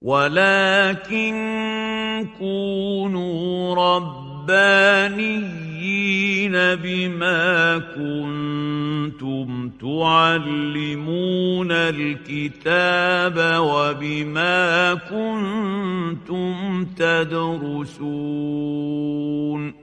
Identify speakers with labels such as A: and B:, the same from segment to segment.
A: ولكن كونوا ربانيين بما كنتم تعلمون الكتاب وبما كنتم تدرسون.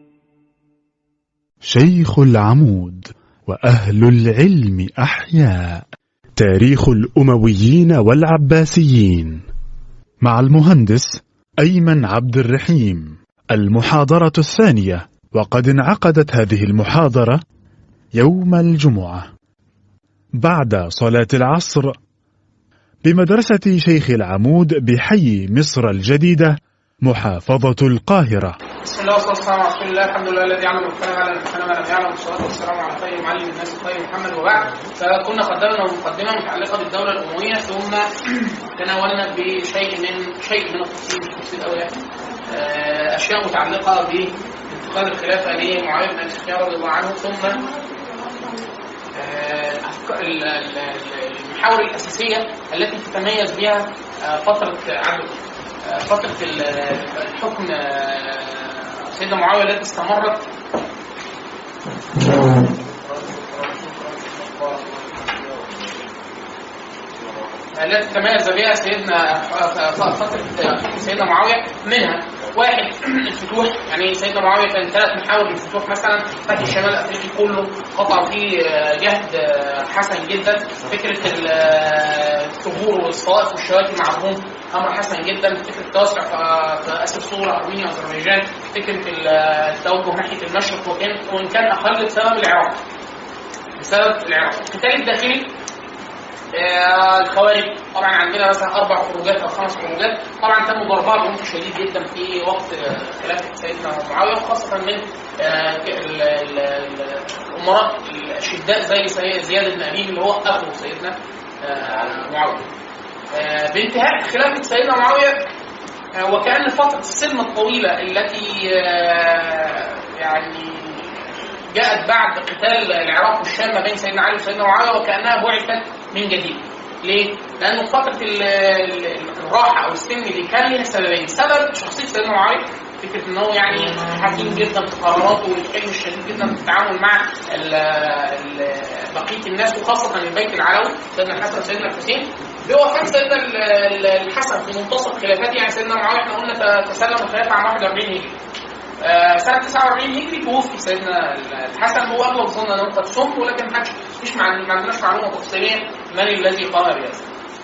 B: شيخ العمود وأهل العلم أحياء. تاريخ الأمويين والعباسيين مع المهندس أيمن عبد الرحيم. المحاضرة الثانية، وقد انعقدت هذه المحاضرة يوم الجمعة بعد صلاة العصر بمدرسة شيخ العمود بحي مصر الجديدة محافظة القاهرة.
C: بسم الله والصلاة والسلام على رسول الله. الحمد لله الذي علم بالقلم على الإنسان ما لم يعلم، والصلاة والسلام على خير معلم الناس خير محمد. وبعد، فكنا قدمنا مقدمة متعلقة بالدولة الأموية، ثم تناولنا بشيء من التفصيل أو أشياء متعلقة بانتقال الخلافة لمعاوية بن أبي سفيان رضي الله عنه، ثم المحاور الأساسية التي تتميز بها فترة الحكم سيدنا معاوية التي استمرت التي تميز بها فترة سيدنا معاوية. منها واحد، الفتوح. يعني سيدنا معاوية كان 3 محاور للفتوح، مثلا فتح الشمال الأفريقي كله قطع فيه جهد حسن جدا. فكرة الثغور والصوائف والشواكي مع الروم أمر حسن جدا. فكرة التوسع في آسيا الصغرى، أرمينيا وأذربيجان. فكرة التوجه ناحية المشرق، وإن كان أقل بسبب العراق. القتال الداخلي، الخوارج طبعا عندنا مثلا 4 خروجات أو 5 خروجات. طبعا تم ضربها بعنف شديد جدا في وقت خلافة سيدنا معاوية، وخاصة من الأمراء الشداء زي زياد بن أبيه اللي هو أخو سيدنا معاوية. بانتهاء خلافة سيدنا معاوية، وكأن فترة السلم الطويلة التي يعني جاءت بعد قتال العراق والشام ما بين سيدنا علي وسيدنا معاوية، وكأنها بعثت من جديد. ليه؟ لأنه فترة الراحة أو السن دي كان لها سببين. سبب شخصية سيدنا معاوية، فكرة إنه يعني حكيم جدا في قراراته والحلم الشديد جدا في التعامل مع بقية الناس، وخاصة البيت العلوي سيدنا الحسن وسيدنا الحسين. بوفاة سيدنا الحسن في منتصف خلافته، يعني سيدنا معاوية احنا قلنا تسلم الخلافة عام 41 هجري. سنة 49 هجري توفي سيدنا الحسن. هو أغلب ظن أنه قد صمت، ولكن ما عندناش معلومة تفصيلية من الذي قام بهذا.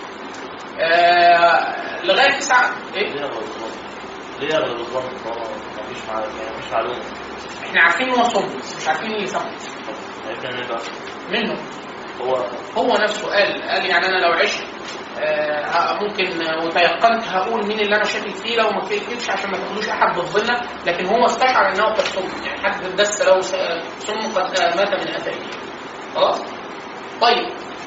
C: لغاية 9
D: ليه أغلب الظن؟ مفيش معلومة.
C: احنا عارفين إنه صمت، مش عارفين إيه صمت. منه هو نفسه قال يعني أنا لو عشت ممكن وتيقنت هقول مين اللي انا شاكك فيه لو ما كتبتش عشان ما تاخدوش احد ضدنا، لكن هو استشعر انه قد صم، يعني حد دس لو صم قد مات من اثره. خلاص. طيب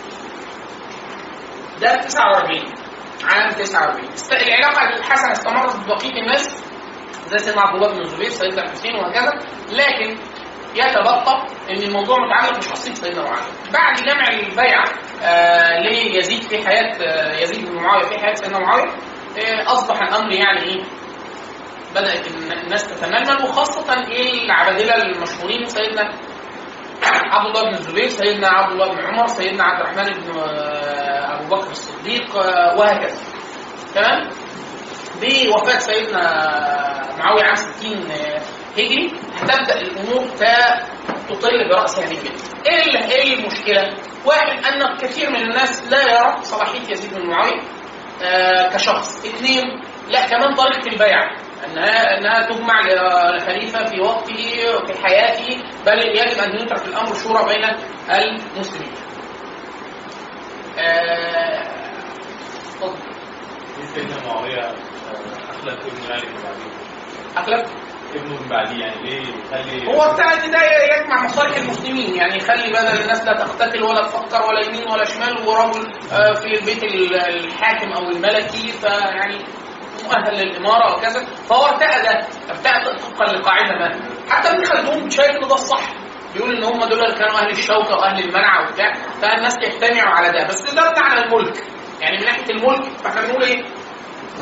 C: ده 49 عام 49. العلاقه الحسنه استمرت ببقيه الناس زي سيدنا عبد الله بن الزبير، سيدنا الحسين، وهكذا. لكن يتبقى ان الموضوع متعلق بشخصيه سيدنا معاويه. بعد جمع البيعه ليزيد في حياه يزيد بن معاويه في حياه سيدنا معاويه، اصبح الامر يعني ايه، بدات الناس تتململ، وخاصه العبادله المشهورين سيدنا عبد الله بن الزبير، سيدنا عبد الله بن عمر، سيدنا عبد الرحمن بن ابو بكر الصديق، وهكذا. تمام. بوفاه سيدنا معاويه عام 60 هجري هتبدأ الأمور تطل برأسها نجم. إيه المشكلة؟ واحد، أن كثير من الناس لا يرى صلاحية يزيد بن معاوية كشخص. 2، لا كمان طريقة البيعة، أنها تجمع لخليفة في وقته وفي حياته، بل يجب أن يترك الأمر شورى بين المسلمين.
D: سيدنا معاوية أخلف ابن علي بن بعديه.
C: أخلف
D: ابنه من بعديه، يعني ليه يخلي
C: هو بتاع ده يجمع مصالح المسلمين، يعني يخلي بدل الناس لا تقتتل ولا تفكر ولا يمين ولا شمال، ورجل في البيت الحاكم او الملكي فيعني مؤهل للاماره وكذا. فهو ارتأى طبقا لقاعده ما. حتى ابن خلدون شايف ان ده الصح، بيقول ان هم دول اللي كانوا اهل الشوكه واهل المنع وبتاع، فالناس يجتمعوا على ده. بس ده بتاع الملك، يعني من ناحيه الملك فاحنا بنقول ايه؟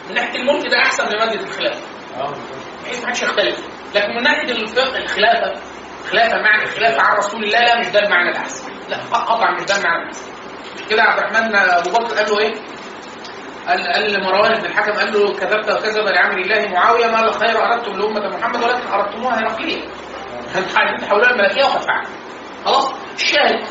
C: من ناحيه الملك ده احسن من ماده الخلافه بحيث ما حدش يختلف. لكن من ناحيه الخلافه معنى الخلافه على رسول الله لا مش ده المعنى الاحسن، لا قطعا مش ده المعنى الاحسن. كده عبد الرحمن ابو بكر قال له ايه؟ قال لمروان بن الحكم قال له كذبت وكذب لعمر الله معاويه ما الخير اردتم لامه محمد ولكن اردتموها هرقليه. انت عايزين تحولوها الملكيه وقد فعل. خلاص الشاهد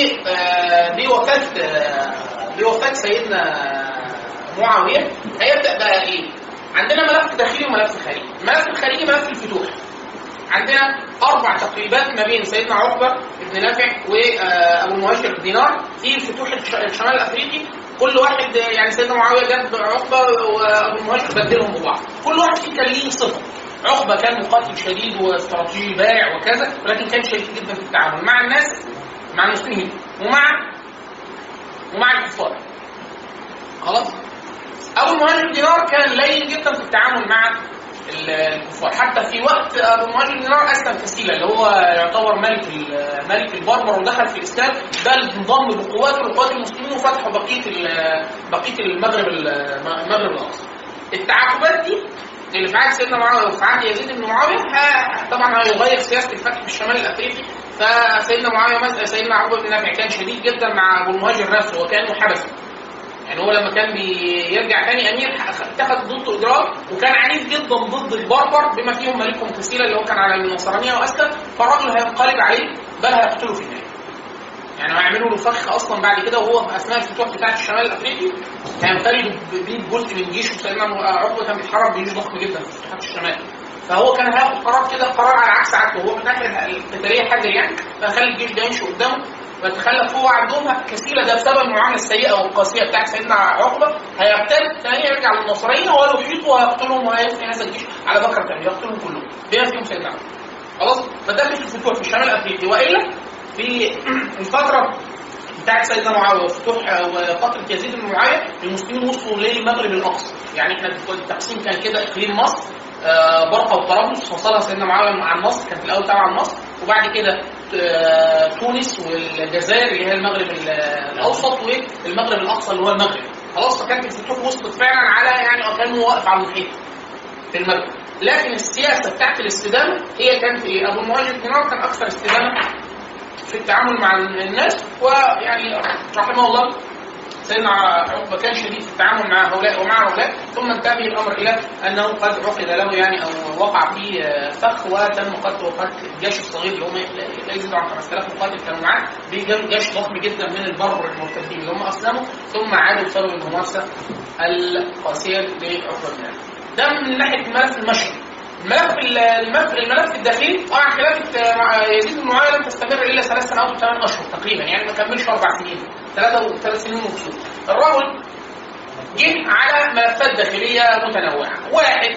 C: بوفاه سيدنا معاويه هيبدا بقى ايه؟ عندنا ملف داخلي وملف خارجي. الملف الخارجي ملف الفتوح. عندنا 4 تقريبات ما بين سيدنا عقبه بن نافع وابو المهاجر دينار في الفتوح الشمال الافريقي. كل واحد يعني سيدنا معاويه جاب عقبه وابو المهاجر بدلهم ببعض، كل واحد فيه كان ليه صفه. عقبه كان مقاتل شديد واستراتيجي بارع وكذا، ولكن كان شديد جدا في التعامل مع الناس، مع المسلمين ومع الكفار. خلاص ابو المهاجر دينار كان لين جدا في التعامل مع الكفار، حتى في وقت ابو المهاجر دينار اسلم كسيلا اللي هو يعتبر ملك البربر ودخل في الاسلام، ده انضم بقواته لقوات المسلمين وفتحوا بقيه المغرب الاقصى. التعاقبات دي اللي في عهد سيدنا معاويه وفي عهد يزيد بن معاويه طبعا هيغير سياسه الفتح في الشمال الافريقي. فسيدنا معاويه سيدنا عقبه بن نافع كان شديد جدا مع ابو المهاجر نفسه وكانه حبسه، يعني هو لما كان بيرجع تاني امير اتخذ ضده اجراء وكان عنيف جدا ضد البربر بما فيهم ملكهم كسيلا اللي هو كان على النصرانيه واسلم، فالراجل هينقلب عليه بل هيقتله في النهايه. يعني هيعملوا له فخ اصلا بعد كده وهو في اثناء الفتوح بتاعه الشمال الافريقي هينفردوا بجزء من جيشه. سيدنا عقبه كان بيتحرك بجيش ضخم جدا في فتوحات الشمال، فهو كان هياخد قرار كده، قرار على عكس عادته، هو من الناحيه القتاليه حذر يعني، فخلي الجيش ده يمشي قدامه ويتخلف. هو عندهم كسيله ده بسبب المعامله السيئه والقاسيه بتاعت سيدنا عقبه، هيرتد ثاني يرجع للنصرانيه وهو يحيطوا ويقتلهم وينفي هذا الجيش على بكره ثانيه يقتلهم كلهم بما فيهم سيدنا عقبه. خلاص فده في الفتوح في الشمال الافريقي. والا في الفتره بتاعت سيدنا معاويه وفتوح وفتره يزيد بن معاويه المسلمين وصلوا للمغرب الاقصى. يعني احنا التقسيم كان كده اقليم مصر برقه وطرابلس وصلها سيدنا معاويه مع مصر، كانت الاول تبع مصر، وبعد كده تونس والجزائر اللي هي المغرب الاوسط والمغرب الاقصى اللي هو المغرب. خلاص فكانت الفتوح وصلت فعلا على يعني كانوا واقف على المحيط في المغرب. لكن السياسه بتاعت الاستدامه هي كانت في ابو المهاجر دينار كان اكثر استدامه في التعامل مع الناس، ويعني رحمه الله سيدنا عقبه كان شديد في التعامل مع هؤلاء ومع هؤلاء، ثم انتهى به الامر الى انه قد عقد له يعني او وقع في فخ وتم قتله الجيش الصغير اللي هم لا يزيد عن 5000 مقاتل كانوا معاه بجيش ضخم جدا من البر المرتدين اللي هم اسلموا ثم عادوا بسبب الممارسه القاسيه لعقبه بن نافع. ده من ناحيه الملف المشرقي. الملف الداخلي طبعا خلافه يزيد بن معاويه لم تستمر الا 3 سنوات و8 اشهر تقريبا، يعني ما كملش 4 سنين، 3 سنين ونص. الرجل جه على ملفات داخليه متنوعه. واحد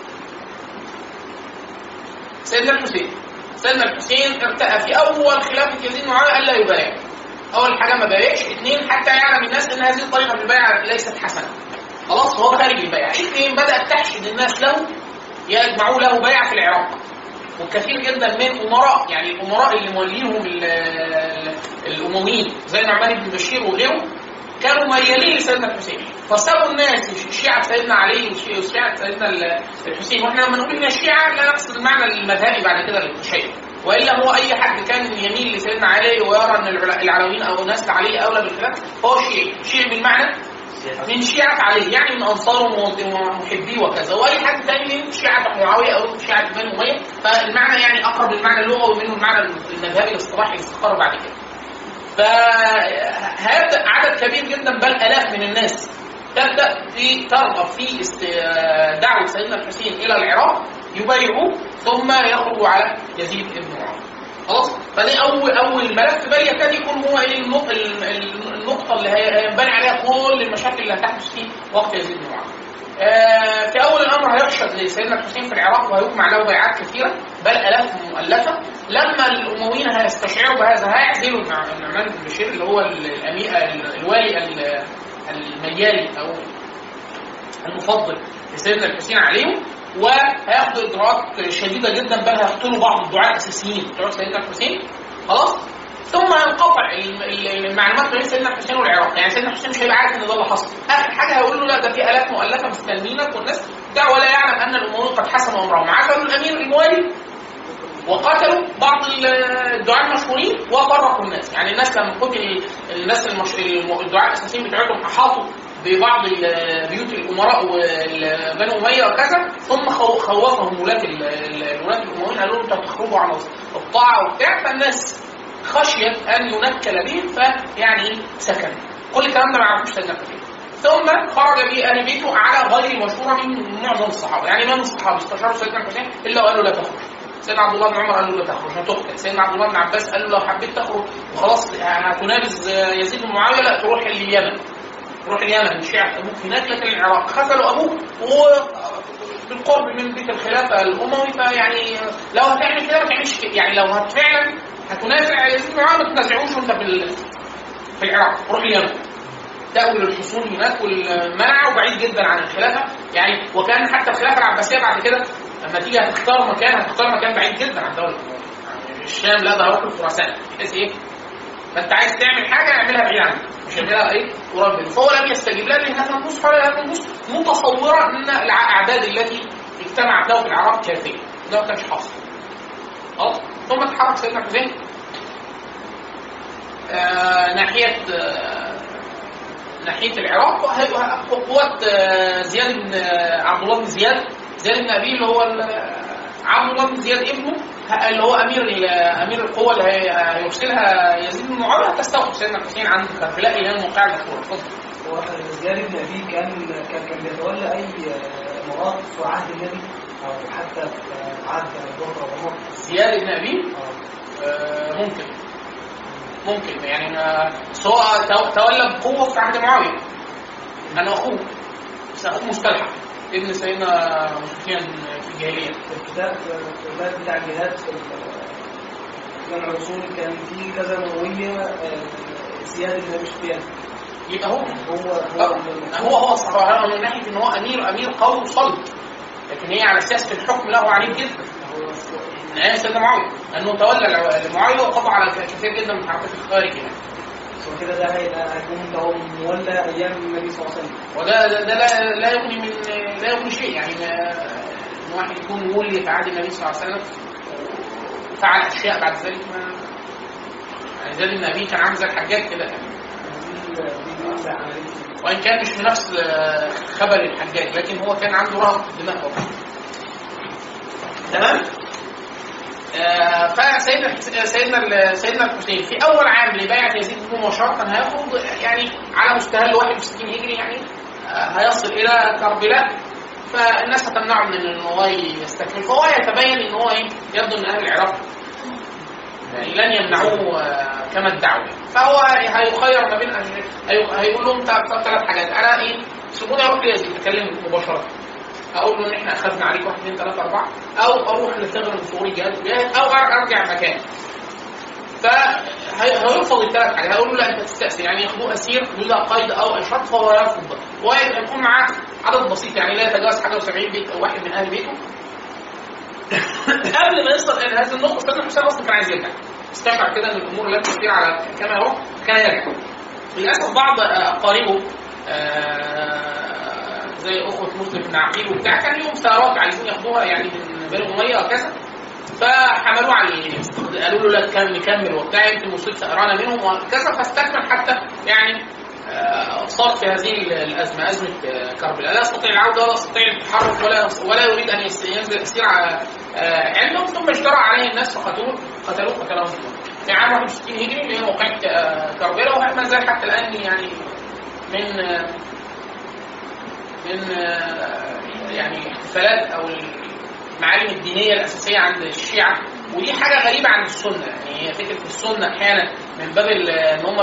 C: سيدنا الحسين ارتأى في اول خلافه يزيد بن معاويه الا يبايع. اول حاجه ما بايعش. 2 حتى يعلم الناس ان هذه الطريقه في البيع ليست حسنه. خلاص هو خارج البيع. 2 بدأت تحشد الناس له يجمعوا له بيعة في العراق، وكثير جدا من أمراء يعني الأمراء اللي موليهم الأمويين زي نعمان بن بشير وغيره كانوا ميالين لسيدنا الحسين، فسابوا الناس شيعة سيدنا علي وشيعة سيدنا الحسين. واحنا لما نقول ان الشيعة لا نقصد المعنى المذهبي بعد كده للشيعة، والا هو اي حد كان يميل لسيدنا علي ويرى ان العلويين او ناس علي اولى بالخلافه فهو شيعي بالمعنى من شيعة علي، يعني من أنصاره ومحبيه وكذا. وأي حد ثاني من شيعة معاوية أو شيعة بني أمية، فالمعنى يعني أقرب للمعنى اللغوي منه المعنى المذهبي الاصطلاحي اللي استقر بعد كده. فهيبدأ عدد كبير جدا بل آلاف من الناس تبدأ ترغب في دعوة سيدنا الحسين إلى العراق يبايعوه ثم يخرجوا على يزيد بن معاوية. خلاص فدي اول ملف بل يكاد يكون هو النقطه اللي هينبني عليها كل المشاكل اللي هتحدث في وقت يزيد بن معاويه. في اول الامر هيحشد لسيدنا الحسين في العراق وهيجمع له بيعات كثيره بل الاف مؤلفه. لما الامويين هيستشعروا بهذا هيعزلوا نعمان بن بشير اللي هو الوالي الميالي او المفضل لسيدنا الحسين عليهم، وهياخدوا اجراءات شديده جدا بل هيقتلوا بعض الدعاة الاساسيين بتوع سيدنا الحسين. خلاص ثم ينقطع المعلومات بين سيدنا الحسين والعراق. يعني سيدنا الحسين مش هيبقى عارف ان ده اللي حصل. اخر حاجه هيقول له لا ده في آلاف مؤلفه مستنينك والناس بتاع، ولا يعلم ان الامويين قد حسموا امرهم. عزلوا الامير الموالي وقتلوا بعض الدعاة المشهورين وفرقوا الناس. يعني الناس لما قتل الناس الدعاة الاساسيين بتاعتهم احاطوا ببعض بيوت الامراء وبنو اميه وكذا، ثم خوفهم ولاة الامويين قالوا لهم انتوا تخرجوا عن الطاعه وبتاع، فالناس خشيت ان ينكل بهم فيعني سكن. كل الكلام ده ما يعرفوش سيدنا الحسين. ثم خرج به اهل بيته على غير مشوره من معظم الصحابه. يعني ما من الصحابه استشاروا سيدنا الحسين الا وقالوا لا تخرج. سيدنا عبد الله بن عمر قال له لا تخرج هتقتل. سيدنا عبد الله بن عباس قال له لو حبيت تخرج وخلاص هتنابز يزيد بن معاويه لا تروح اليمن. روح اليمن مش يعني ابوك هناك لكن العراق. خذلوا ابوه وبالقرب من بيت الخلافه الاموي، فيعني لو هتعمل كده ما تعملش كده. يعني لو فعلا هتنازع يزيد بن معاويه ما تنازعوش وانت في العراق، روح اليمن. تأويل الحصول هناك والمنع وبعيد جدا عن الخلافه. يعني وكان حتى الخلافه العباسيه بعد كده لما تيجي هتختار مكان بعيد جدا عن دوله يعني الشام. لا ده هروح الخراسان بحيث ايه فانت عايز تعمل حاجه اعملها بعيد عنك مش هعملها ايه قريب منه. فهو لم يستجيب لا لهذا النص ولا لهذا النص، متصوره ان الاعداد التي اجتمعت له في العراق كافيه. ده ما كانش حاصل. خلاص. ثم تحرك سيدنا الحسين ناحيه العراق. قوات زياد بن عبد الله بن زياد بن ابي اللي هو عبد الله بن زياد ابنه اللي هو امير القوه اللي هيرسلها يزيد بن معاويه تستوقف سيدنا الحسين عند كربلاء الى الموقع المذكور. اتفضل.
E: هو زياد بن ابي كان بيتولى اي مواقف في عهد النبي او حتى في عهد ابو بكر وعمر؟
C: زياد بن ابي ممكن يعني سواء تولى بقوه في عهد معاويه انا اخوه مستلحق ابن سيدنا سفيان في الجاهليه.
E: الكتاب بتاع الجهاد في جمع الرسول كان فيه كذا نوويه زياد بن ابي سفيان.
C: يبقى هو صراحه من ناحيه ان هو امير قوي وصلب، لكن هي على اساس في الحكم له عنيف جدا. من ايام سيدنا معاويه انه تولى لمعاويه وقضى على كثير جدا من حركات الخارج يعني.
E: وكده ده هيكون ده مولى ايام النبي صلى الله عليه وسلم.
C: وده لا يغني شيء. يعني ان واحد يكون مولي في عهد النبي صلى الله عليه وسلم وفعل اشياء بعد ذلك ما يعني زي بن ابي كان عامل زي الحجاج كده يعني. وان كان مش بنفس خبر الحجاج لكن هو كان عنده رهبه في الدماء برضه. تمام. فسيدنا الحسين في اول عام لبيعه يزيد مباشره هياخد يعني على مستهل 61 هجري يعني هيصل الى كربلاء، فالناس هتمنعه من ان هو يستكمل. فهو يتبين ان هو يبدو ان اهل العراق يعني لن يمنعوه كما ادعوا. فهو هيخير ما بين هيقول لهم ثلاث حاجات. انا سيبوني اروح ليزيد اتكلم مباشره اقول له ان احنا اخذنا عليك 1 2 3 4 او اروح لثغر الفوري جهاد او ارجع مكاني. فهيرفض الثلاث حاجات. هيقول له لا انت تستأسر يعني ياخدوه اسير بلا قيد او اشراط، فهو يرفض. ويكون معاه عدد بسيط يعني لا يتجاوز حاجه و70 بيت او واحد من اهل بيته. قبل ما يصل الى هذه النقطه سيدنا الحسين اصلا كان عايز يرجع، استشعر كده ان الامور لا تسير على كما يروح كان يرجع. للاسف بعض اقاربه زي اخوه مسلم بن عقيل وبتاع كان لهم ثارات عايزين ياخدوها يعني من بني اميه وكذا، فحملوه عليه قالوا له لا نكمل وبتاع يمكن مصيب ثأرانا منهم وكذا، فاستكمل حتى يعني صار في هذه الازمه ازمه كربلاء. لا يستطيع العوده ولا يستطيع التحرك ولا يريد ان ينزل يسير عندهم. ثم اجترأ عليه الناس فقتلوه في عام 61 هجري اللي هي موقعة كربلاء، وما زال حتى الان يعني من يعني الاحتفالات او المعالم الدينيه الاساسيه عند الشيعه. ودي حاجه غريبه عند السنه. يعني هي فكره السنه احيانا من باب ان هم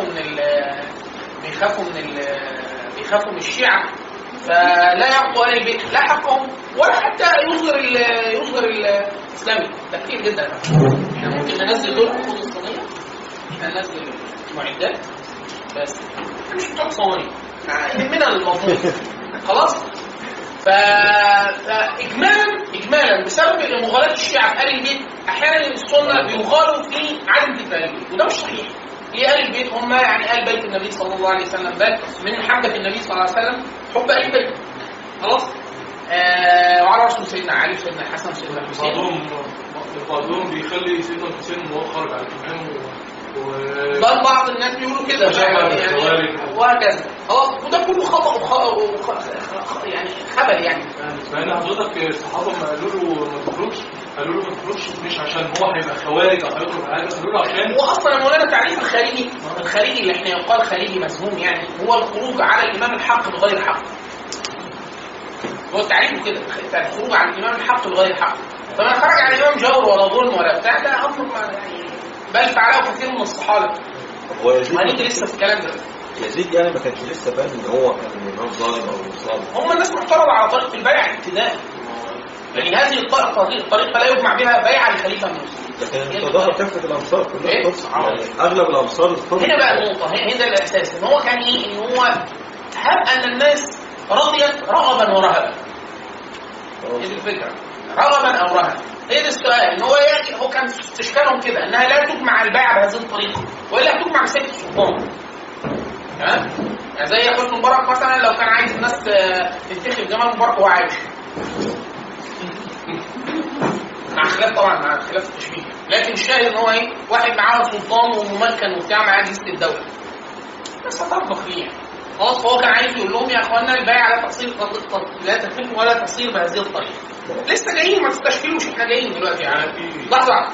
C: بيخافوا من الشيعه، فلا يعطوا اهل البيت لا حقهم ولا حتى يظهر الاسلامي. ده كتير جدا. احنا ممكن ننزل دول خطوط الصينيه، احنا ننزل معدات بس مش بتوع صواني يهمنا الموضوع خلاص. فاجمالا بسبب مغالاة الشيعة في اهل البيت احيانا السنه بيغالوا في عدم ذكر البيت، وده مش صحيح. ليه اهل البيت هم يعني اهل بيت النبي صلى الله عليه وسلم، بل من محبه النبي صلى الله عليه وسلم حب اهل البيت. خلاص. وعلى رسول سيدنا علي وسيدنا الحسن وسيدنا الحسين.
D: بعضهم بيخلي سيدنا الحسين وهو خارج على الامام
C: بل بعض الناس بيقولوا كده يعني وهكذا. خلاص. وده كله خطأ يعني خبل يعني.
D: فهنا حضرتك الصحابه ما قالوا له ما تخرجش، قالوا له ما تخرجش مش عشان هو هيبقى خوارج او هيخرج حاجه، قالوا له عشان
C: هو اصلا مولانا تعريف الخارجي اللي احنا يقال خارجي مذموم يعني هو الخروج على الامام الحق بغير حق. هو تعريفه كده، الخروج على الامام الحق بغير حق. فما خرج على الامام جور ولا ظلم ولا بتاع، ده امر يعني بل فعله كثير من الصحابه.
F: هو يزيد
C: هنيجي لسه في الكلام ده.
F: يزيد يعني ما كانش لسه بان ان هو كان امام ظالم او ظالم.
C: هم الناس معترضه على طريقه البيع ابتداء. يعني هذه الطريقه لا يجمع بها بيع الخليفه من المسلمين.
F: لكن تظاهر كافه الامصار كلها يعني اغلب الامصار
C: هنا بقى النقطه، هنا الاساس ان هو كان ايه؟ ان هو هب ان الناس رضيت رغبا ورهبا. هذه الفكره، رغبا او رهبا. هي ده السؤال. ان هو كان استشكالهم كده انها لا تجمع البيع بهذه الطريقه والا تجمع بسبب السلطان. تمام؟ يعني زي حسني مبارك مثلا لو كان عايز الناس تنتخب جمال مبارك وهو عايش، مع خلاف طبعا، مع خلاف التشبيه، لكن الشاهد ان هو ايه؟ واحد معاه سلطان وممكن وبتاع، معاه جهاز الدوله بس هتعرف ليه. خلاص. هو كان عايز يقول لهم يا اخوانا البيع لا تصير لا تتم ولا تصير بهذه الطريقه. لسه جايين، ما تستشكلوش، احنا جايين دلوقتي يعني. لحظه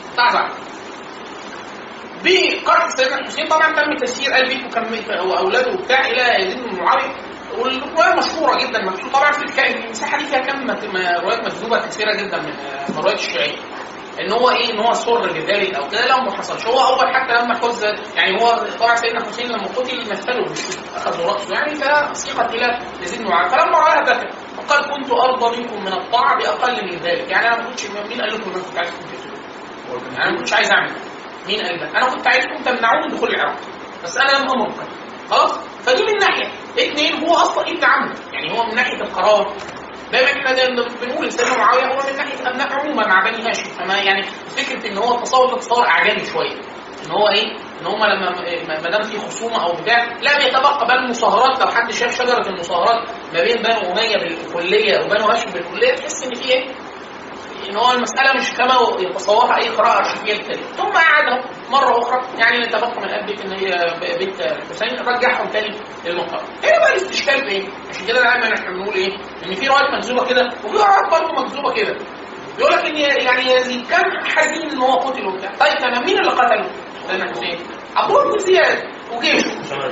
C: بقتل سيدنا الحسين طبعا تم تسيير آل بيت واولاده وبتاع الى يزيد بن معاويه، والروايه مشهوره جدا مكتوب طبعا في المساحه دي فيها كم روايات مكذوبه كثيره جدا من روايات الشيعيه. ان هو ايه؟ ان هو سر لذلك او كده. لا ما حصلش. هو اول حتى لما حز يعني هو طبعا سيدنا الحسين لما قتل مثله اخذ راسه يعني فسيقت الى يزيد بن معاويه، فلما راها بكى وقال كنت ارضى منكم من الطاعه باقل من ذلك. يعني انا ما كنتش، مين قال لكم ان انتم عايزين تقتلوا؟ انا ما كنتش عايز اعمل. مين قال ده؟ انا كنت عايزكم تمنعوني من دخول العراق، بس انا لم امركم. خلاص. فدي من ناحيه. اثنين، هو اصلا ابن عمه، يعني هو من ناحيه القرار دايما احنا بنقول سيدنا معاويه هو من ناحيه ابناء عموما مع بني هاشم. فما يعني فكره ان هو تصور اعجمي شويه، ان هو ايه؟ ان هم لما ما دام في خصومه او بتاع لا بيتبقى بقى المصاهرات. لو حد شاف شجره المصاهرات ما بين بنو اميه بالكليه وبنو هاشم بالكليه تحس ان في ايه؟ ان هو المساله مش كما يتصورها اي قراءه ارشيفيه للتاريخ. ثم قعدهم مره اخرى يعني نتبقى من ابيك ان هي بيت الحسين رجعهم تاني للمقام. هنا بقى الاستشكال في ايه؟ عشان كده دايما احنا بنقول ايه؟ ان في روايات مكذوبه كده وفي روايات برضه مكذوبه كده. يقول لك ان يعني يزيد كان حزين ان هو قتل وبتاع. طيب تمام، مين اللي قتله؟ سيدنا الحسين. عبد الله بن زياد وجيشه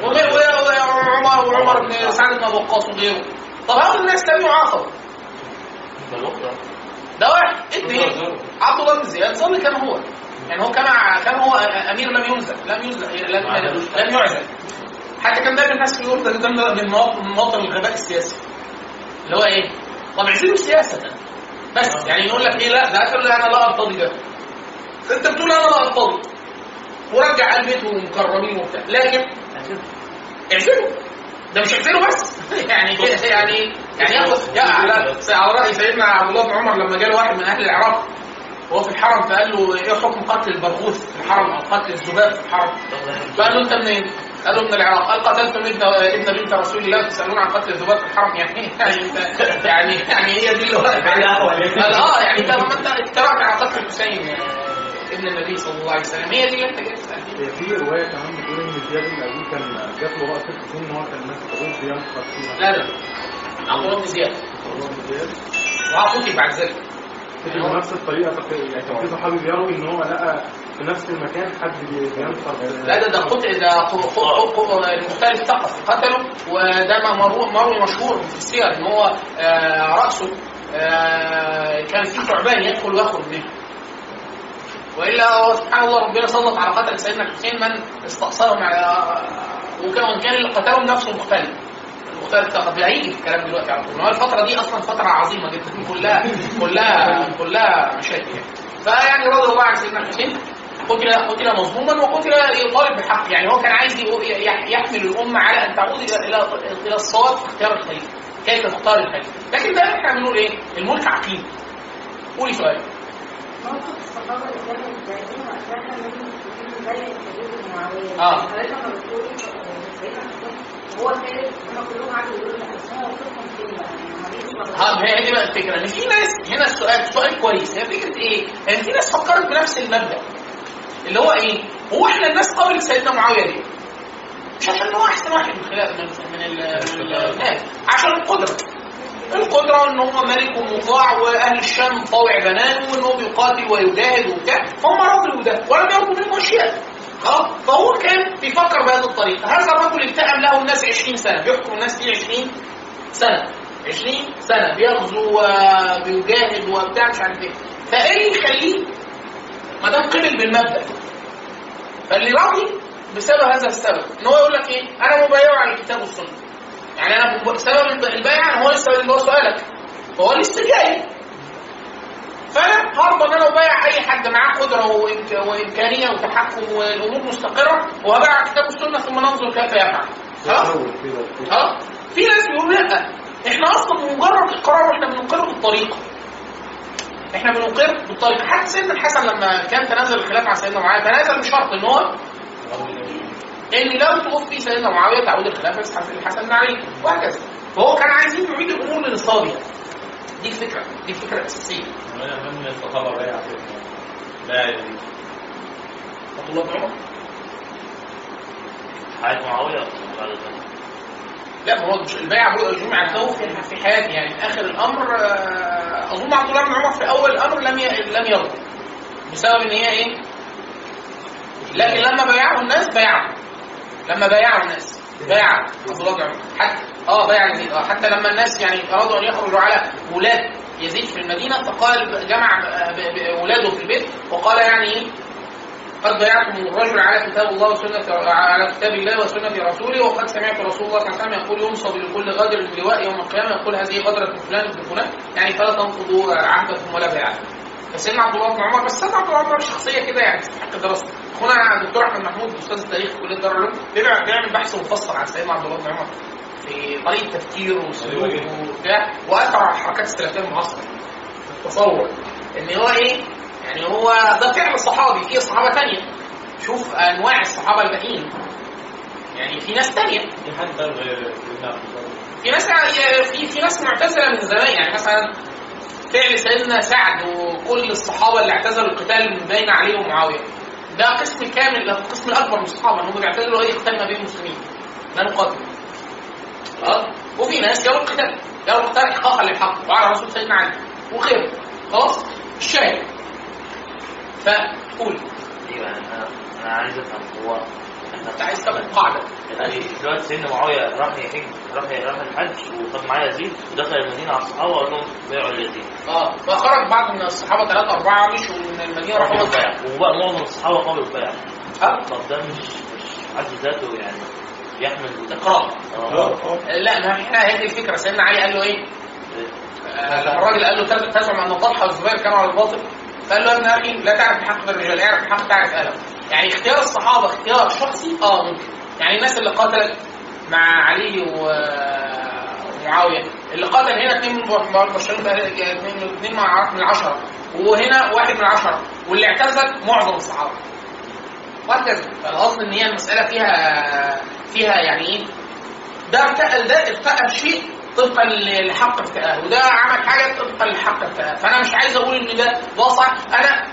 C: وعمر بن سعد بن ابي وقاص وغيره. طب هؤلاء الناس لم يعاقبوا. ده واحد. اثنين، عبد الله بن زياد ظل كما هو، يعني هو كان هو امير لم يعزل. حتى كان دايما الناس يقول ده من مواطن الغباء السياسي اللي هو ايه؟ طب عايزينه سياسه بس، يعني يقول لك ايه؟ لا ده قال انا لا ارتضي ده، انت بتقول انا لا ارتضي ورجع قال بيته ومكرمين وبتاع، لكن اعزله. ده مش اعزله بس يعني ياخد على راي سيدنا عبد الله بن عمر لما جاله واحد من اهل العراق وهو في الحرم فقال له ايه حكم قتل البرغوث في الحرم او قتل الذباب في الحرم؟ فقال له انت منين؟ قال له من العراق. قال قتلتم ابن بنت رسول الله تسالون عن قتل الذباب في الحرم؟ يعني هي دي اللي قال يعني انت اتكرهت على قتل الحسين ابن النبي صلى الله عليه وسلم، هي دي اللي انت جاي تسالني.
G: في روايه كمان بتقول ان زياد بن ابي كان جات له رأس الحسين ان هو كان ماسك ابوه بينفخ فيها.
C: لا عبد الله بن زياد وعقوتي بعد ذلك
G: في نفس الطريقه. يعني كان في صحابي بيروي ان هو لقى في نفس المكان حد بينفخ.
C: لا ده قتل، ده المختلف ثقف قتله، وده مروي مشهور في السير ان هو راسه كان في ثعبان يدخل ويخرج منه. والا سبحان الله ربنا سلط على قتل سيدنا الحسين من استأصلهم وكان اللي قتلهم نفسه مختلف ثقف. هيجي في الكلام دلوقتي على طول. الفتره دي اصلا فتره عظيمه جدا كلها مشاكل يعني. فيعني رضي الله عن سيدنا الحسين قتل مظلوما وقتل يطالب بالحق. يعني هو كان عايز يحمل الامه على ان تعود الى الصواب في اختيار الخليفه، كيف تختار الخليفه. لكن ده احنا بنقول ايه؟ الملك عقيم. قولي سؤال.
H: موقف الصحابة اللي كانوا متضايقين وقتها من المسلمين زي يزيد بن معاوية. حضرتك لما بتقولي سيدنا الحسين هو ثالث هم كلهم قعدوا يقولوا لا بس هو موقفهم فين بقى؟
C: هي دي بقى الفكرة ان في ناس هنا السؤال كويس. هي فكرة ايه؟ يعني في ناس فكرت بنفس المبدأ اللي هو ايه؟ هو احنا الناس قبل سيدنا معاوية ليه؟ مش عشان هو احسن واحد من الناس، عشان القدرة ان هو ملك ومطاع واهل الشام طاوع بنانه وان هو بيقاتل ويجاهد وبتاع، هم رضوا ده ولم يرضوا منه اشياء. خلاص، فهو كان بيفكر بهذه الطريقة. هذا الرجل التأم له الناس 20 سنة بيحكم الناس فيه 20 سنة بيغزو وبيجاهد وبتاع مش عارف ايه. فايه اللي يخليه ما دام قبل بالمبدأ؟ فاللي راضي بسبب هذا السبب ان هو يقول لك ايه؟ انا مبايع على الكتاب والسنه. يعني انا سبب البيع هو السبب اللي هو سؤالك، فهو الاستجابه. فانا هرضى ان انا ابايع اي حد معاه قدره وامكانيه وتحكم والامور مستقره، وهبايع الكتاب والسنه ثم ننظر كيف يفعل. خلاص. في ناس بيقولوا لا، احنا اصلا مجرد اقرار واحنا بنقر بالطريقه. حتى سيدنا الحسن لما كان تنازل الخلافه عن سيدنا معاويه تنازل بشرط ان هو ان لو توفي سيدنا معاويه تعود الخلافه للحسن بن علي وهكذا. فهو كان عايزين يعيد الامور لنصابها. دي الفكره الاساسيه.
I: وانا من الصحابه بايع لا يزيد
C: عبد الله بن عمر
I: حياة معاويه
C: لا، ما هو البيع جمع له في حياته، يعني في اخر الامر. اظن عبد الله بن عمر في اول الامر لم يرضى بسبب ان هي ايه، لكن لما بايعوا الناس بايع عبد الله بن عمر حتى بايع يزيد. حتى لما الناس يعني ارادوا ان يخرجوا على ولاد يزيد في المدينه، فقال جمع اولاده في البيت وقال يعني ايه، قد بايعتم الرجل على كتاب الله وسنة على كتاب الله وسنة رسوله، وقد سمعت رسول الله صلى الله عليه وسلم يقول ينصب لكل غدر اللواء يوم القيامة، يقول هذه غدرة فلان بن فلان، يعني فلا تنقضوا عهدكم ولا بيعتكم. فسيدنا عبد الله بن عمر، بس سيدنا عبد الله بن عمر شخصية كده يعني تستحق دراسة. اخونا الدكتور احمد محمود استاذ التاريخ في كلية دار العلوم بيعمل بحث مفصل عن سيدنا عبد الله بن عمر في طريقة تفكيره وسلوكه وبتاع، واثر على الحركات السلفية المعاصرة. تصور ان هو ايه، يعني هو ده فعل صحابي. في صحابة تانية، شوف انواع الصحابه الباقيين، يعني في ناس تانية، في ناس معتزله من زمان. يعني مثلا فعل سيدنا سعد وكل الصحابه اللي اعتزلوا القتال بين علي ومعاويه، ده قسم كامل، ده القسم الاكبر من الصحابه انهم بيعتزلوا اي قتال ما بين المسلمين، لا نقاتل. وفي ناس جابوا القتال احقاقا للحق وعلى رسول سيدنا علي وخير. خلاص الشاهد. فقول
I: انا عايز افهم، هو
C: انت عايز تاخد قاعده
I: يعني دلوقتي سيدنا معاويه راح الحج وخد معاه يزيد ودخل المدينه على الصحابه وقال لهم بيعوا اليزيد.
C: فخرج بعض من الصحابه 3-4 مشوا من المدينه راحوا البيع،
I: وبقى معظم الصحابه قبلوا البيع. طب ده مش حد ذاته يعني يحمل
C: اقرار. لا، ما احنا هذه الفكره. سيدنا علي قال له ايه؟ الراجل قال له تزعم ان طلحه والزبير كانوا على الباطل، قال له يا ابن اخي لا تعرف الحق بالرجال، اعرف الحق تعرف اهله. يعني اختيار الصحابه اختيار شخصي ممكن. يعني الناس اللي قاتلت مع علي ومعاويه، اللي قاتل هنا 2 من 10 وهنا 1 من 10، واللي اعتزل معظم الصحابه وهكذا. فالقصد ان هي المساله فيها يعني ايه، ده ارتقى بشيء طبقا للحق بتاعه، وده عمل حاجه طبقا للحق بتاعه. فانا مش عايز اقول ان ده وصع. انا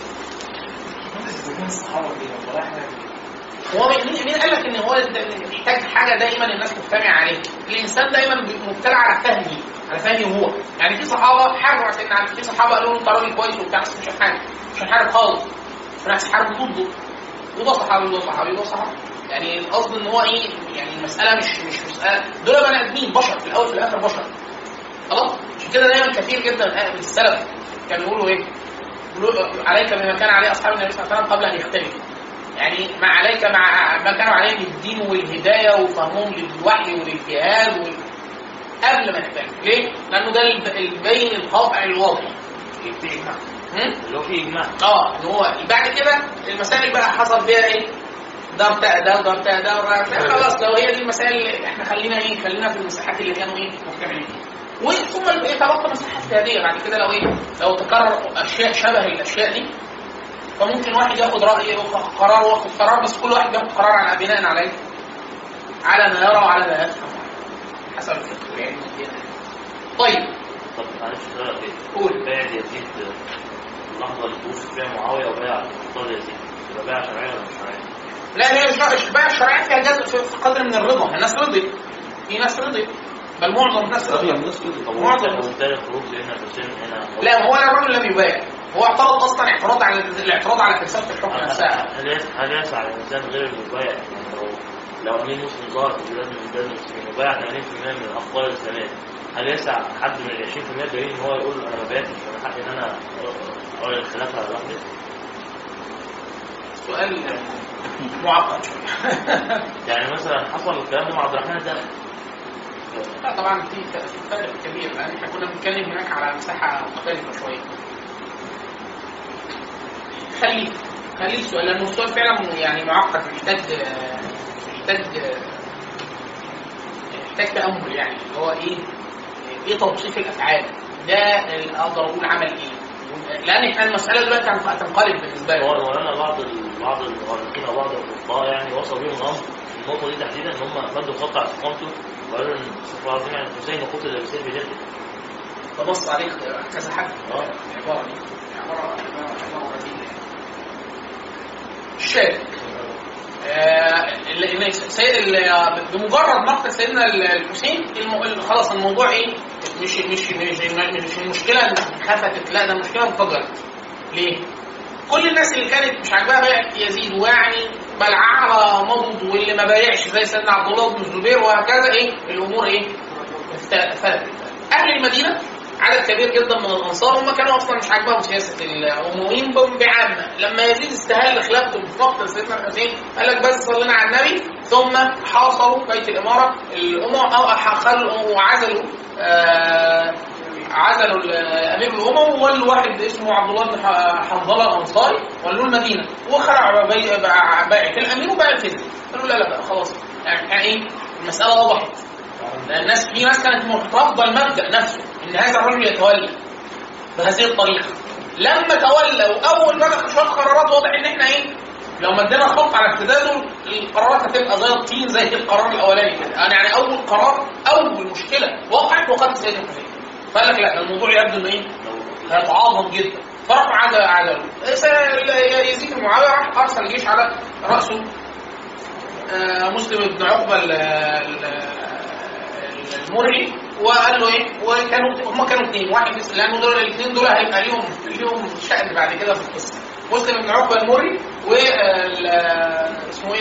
C: هو مين قال لك ان هو محتاج حاجه دايما الناس مجتمعه عليه؟ الانسان دايما مبتلع على فهمه هو. يعني في صحابه حاربوا سيدنا علي، في صحابه قالوا له انت راجل كويس وبتاع، بس مش هنحارب خالص، بالعكس حارب ضده، وده صحابي. يعني القصد ان هو ايه، يعني المساله مش مساله، دول بني ادمين بشر في الاول في الاخر بشر. خلاص، عشان كده دايما كثير جدا من السلف كانوا يقولوا ايه، عليك بما كان عليه اصحاب النبي صلى الله عليه وسلم قبل ان يختلفوا. يعني ما عليك مع ما كانوا عليه من الدين والهدايه وفهمهم للوحي وللجهاد قبل ما يختلفوا. ليه؟ لانه ده البين القاطع الواضح
I: في اجماع، اللي هو في اجماع.
C: ان هو بعد كده المسائل بقى حصل فيها ايه، ده خلاص. لو هي دي المسائل احنا خلينا في المساحات اللي كانوا مجتمعين. وثم يتبقى مساحه اجتهاديه بعد كده لو تكرر اشياء شبه الاشياء دي، فممكن واحد ياخد راي قرار واخد قرار، بس كل واحد ياخد قرار على بناء على ايه؟ على ما يرى وعلى ما يفهم حسب الفقه يعني. طيب
I: معلش سؤال
C: قول.
I: بيع يزيد اللحظه اللي توصف فيها معاويه وبيع اختار يزيد، يبقى بيع شرعيه ولا مش شرعيه؟
C: لا، هي البيع الشرعيه فيها جزء في قدر من الرضا، الناس رضيت، في ناس رضيت، بل معظم الناس رضيت. معظم لا، هو الرجل لم يبايع، هو اعترض اصلا الاعتراض على فلسفه الحكم نفسها.
I: هل يسعى الانسان غير المبايع؟ يعني لو امين مسلم ظهر في بلاد من بلاد المسلمين وبايع 80% من الاخبار الاسلاميه، هل يسعى حد من ال 20% دول ان هو يقول انا ما بعتش وانا حقي ان انا اقرا الخلافه على رحمه؟
C: سؤال معقد شويه.
I: يعني مثلا حصل الكلام ده مع عبد الرحمن الداخل.
C: لا طبعا في فرق كبير، لان احنا كنا بنتكلم هناك على مساحه مختلفه شويه. خليه السؤال، لانه السؤال فعلا يعني معقد، محتاج تامل، يعني اللي هو ايه توصيف الافعال ده، اقدر اقول عمل ايه، لان احنا المساله دلوقتي هتنقلب بالنسبه لي.
I: هو انا بعض المؤرخين وبعض الفقهاء يعني وصلوا بيهم الامر في النقطه دي تحديدا، ان هم مدوا خط على استقامته وقالوا ان استغفر الله العظيم يعني الحسين قتل بسيف بجلده.
C: فبص عليك كذا حد عباره رذيله. الشاهد بمجرد مقتل سيدنا الحسين خلاص الموضوع مش المشكله ان خفتت، لا ده المشكله انفجرت. ليه؟ كل الناس اللي كانت مش عاجباها بيعه يزيد، ويعني بلعها مضض، واللي ما بايعش زي سيدنا عبد الله بن الزبير وهكذا، الامور فلتت. اهل المدينه عدد كبير جدا من الانصار هم كانوا اصلا مش عاجباهم سياسه الامويين بعامه. لما يزيد استهل خلافته في مقتل سيدنا الحسين قال لك بس صلينا على النبي، ثم حاصروا بيت الاماره وعزلوا امير الامم، وولوا واحد اسمه عبد الله بن حنظله الانصاري ولوا المدينه، وخلعوا بيعه الامير وباع الفدية. قالوا لا بقى خلاص، يعني المساله وضحت. في ناس كانت مرتضى المبدا نفسه ان هذا الرجل يتولى بهذه الطريقه. لما تولى واول ما شويه قرارات واضح ان احنا لو مدينا خط على امتداده القرارات هتبقى زي الطين زي القرار الاولاني كده. يعني اول مشكله وقعت وقت سيدنا الحسين، فقال لك لا الموضوع يبدو انه هيتعاظم جدا، فرفع عدله. يزيد بن معاويه راح ارسل جيش على راسه مسلم بن عقبه المري، وقال له هم كانوا اثنين، واحد لانه دول الاثنين دول هيبقى ليهم شأن بعد كده في القصه. مسلم بن عقبه المري اسمه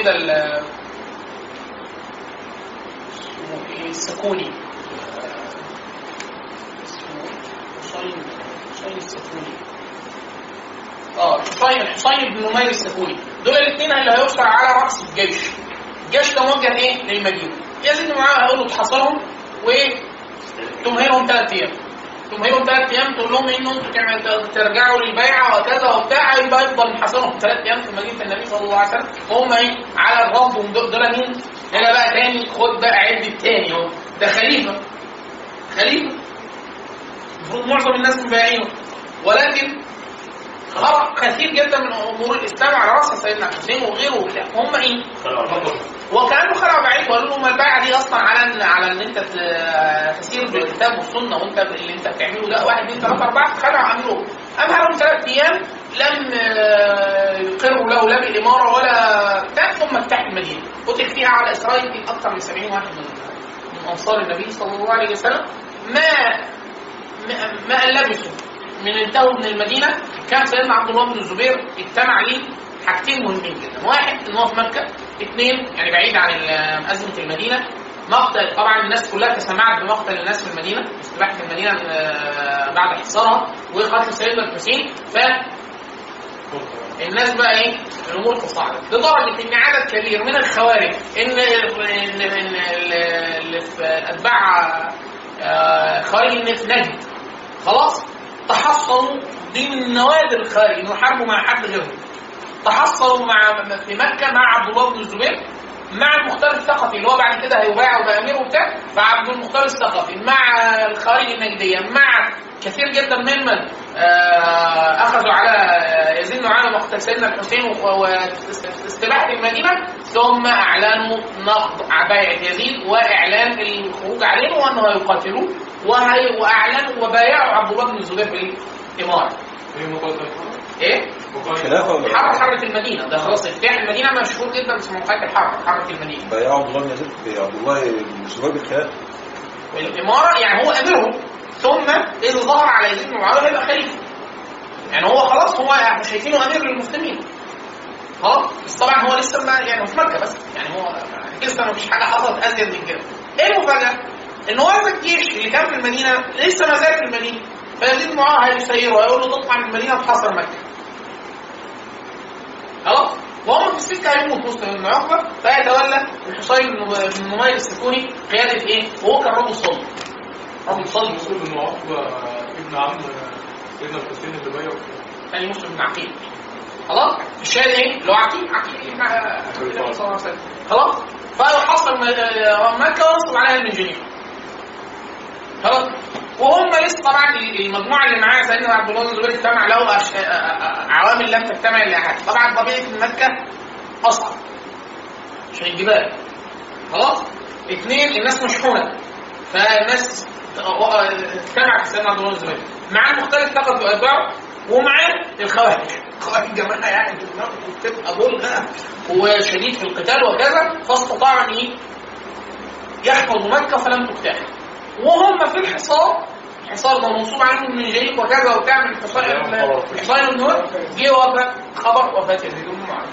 C: السكوني، حسين بن نمير السكوني. دول الاثنين اللي هيوصل على راس الجيش ده موجه للمدينه. يزيد بن معاويه هيقول له تحاصرهم وتمهلهم 3 ايام. تقول لهم انه انتوا ترجعوا للبيعه وكذا وبتاع، يبقى يفضل محاصرهم 3 ايام في مدينه النبي صلى الله عليه وسلم، وهم على الرفض. دول مين؟ هنا بقى تاني، خد بقى عد التاني اهو، ده خليفه المفروض معظم الناس مبايعينه، ولكن خرق كثير جدا من امور الاسلام على راس سيدنا الحسين وغيره وبتاع. هم وكانوا خلعوا بعيد وقالوا لهم البيعه دي اصلا على ان انت تسير بالكتاب والسنه، وانت اللي انت بتعمله ده 1 2 3 4. خلعوا اميرهم، امهلهم 3 ايام لم يقروا له لا بالاماره ولا بتاع، ثم افتتحوا المدينه. قتل فيها على اسرائيل اكثر من 70 واحد من انصار النبي صلى الله عليه وسلم. ما لبثوا من انتهوا من المدينه كان سيدنا عبد الله بن الزبير اجتمع ليه حاجتين مهمين جدا. 1 ان هو في مكه، 2 يعني بعيد عن ازمه المدينه. مقتل طبعا الناس كلها تسمعت بمقتل الناس في المدينه، استباحه المدينه بعد حصارها وقتل سيدنا الحسين. الناس بقى الامور تصاعدت لدرجه ان عدد كبير من الخوارج اللي في اتباع خوارج في نجد خلاص تحصلوا. دي من نوادر الخارج انه يحاربوا مع حد غيرهم. تحصلوا في مكه مع عبد الله بن الزبير مع المختار الثقفي اللي هو بعد كده هيبايع وبأمير وبتاع، فعبد المختار الثقفي مع الخوارج النجديه مع كثير جدا ممن اخذوا على يزيد بن معاويه ومقتل سيدنا الحسين واستباحه المدينه، ثم اعلنوا نقض بيعه يزيد واعلان الخروج عليه وانه هيقاتلوه، واعلنوا وبايعوا عبد الله بن الزبير بالاماره. ايه؟ حرة المدينه، ده خلاص افتتاح المدينه مشهور جدا اسمه موقعة حرة المدينه.
F: بايعوا عبد الله بن يزيد عبد الله بن الزبير بالخلافه.
C: الاماره يعني هو اميرهم، ثم اذا ظهر على يزيد بن معاويه هيبقى خليفه. يعني هو خلاص هو شايفينه امير للمسلمين. خلاص بس طبعا هو لسه ما يعني في مكه بس، يعني هو لسه ما فيش حاجه حصلت ازيد من كده. ايه المفاجاه؟ ان هو الجيش اللي كان في المدينه لسه ما زال في المدينه، فيزيد بن معاويه هيسيره ويقول له تطلع من المدينه تحاصر مكه. خلاص؟ وهم في السكه هيموت مسلم بن عقبه، فيتولى الحصين بن نمير السكوني قياده ايه؟ وهو كان رجل صلب. رجل صلب.
D: مسلم بن عقبه ابن عم سيدنا الحسين اللي بايعه
C: ثاني مسلم بن عقيل. خلاص؟ الشاهد ايه؟ اللي هو عقيل مع النبي صلى الله عليه وسلم. خلاص؟ فيحصل مكه وينصب عليها المنجنيق. خلاص؟ وهم لسه طبعا المجموعه اللي معاه سيدنا عبد الله بن الزبير اجتمع له عوامل لم تجتمع لاحد. طبعا طبيعه مكه اصعب عشان الجبال. خلاص؟ اثنين الناس مشحونه، فالناس اجتمعت سيدنا عبد الله بن الزبير مع المختلف فقط واتباعه ومع الخوارج. الخوارج جماعه يعني بتبقى بلغه وشديد في القتال وكذا، فاستطاعوا ان يحفظوا مكه فلم تجتاح. وهم في الحصار ده منصوب عنهم من جيد وكذا وبتعمل الحصان النور، جه وفاه خبر وفاه يزيد بن معاويه.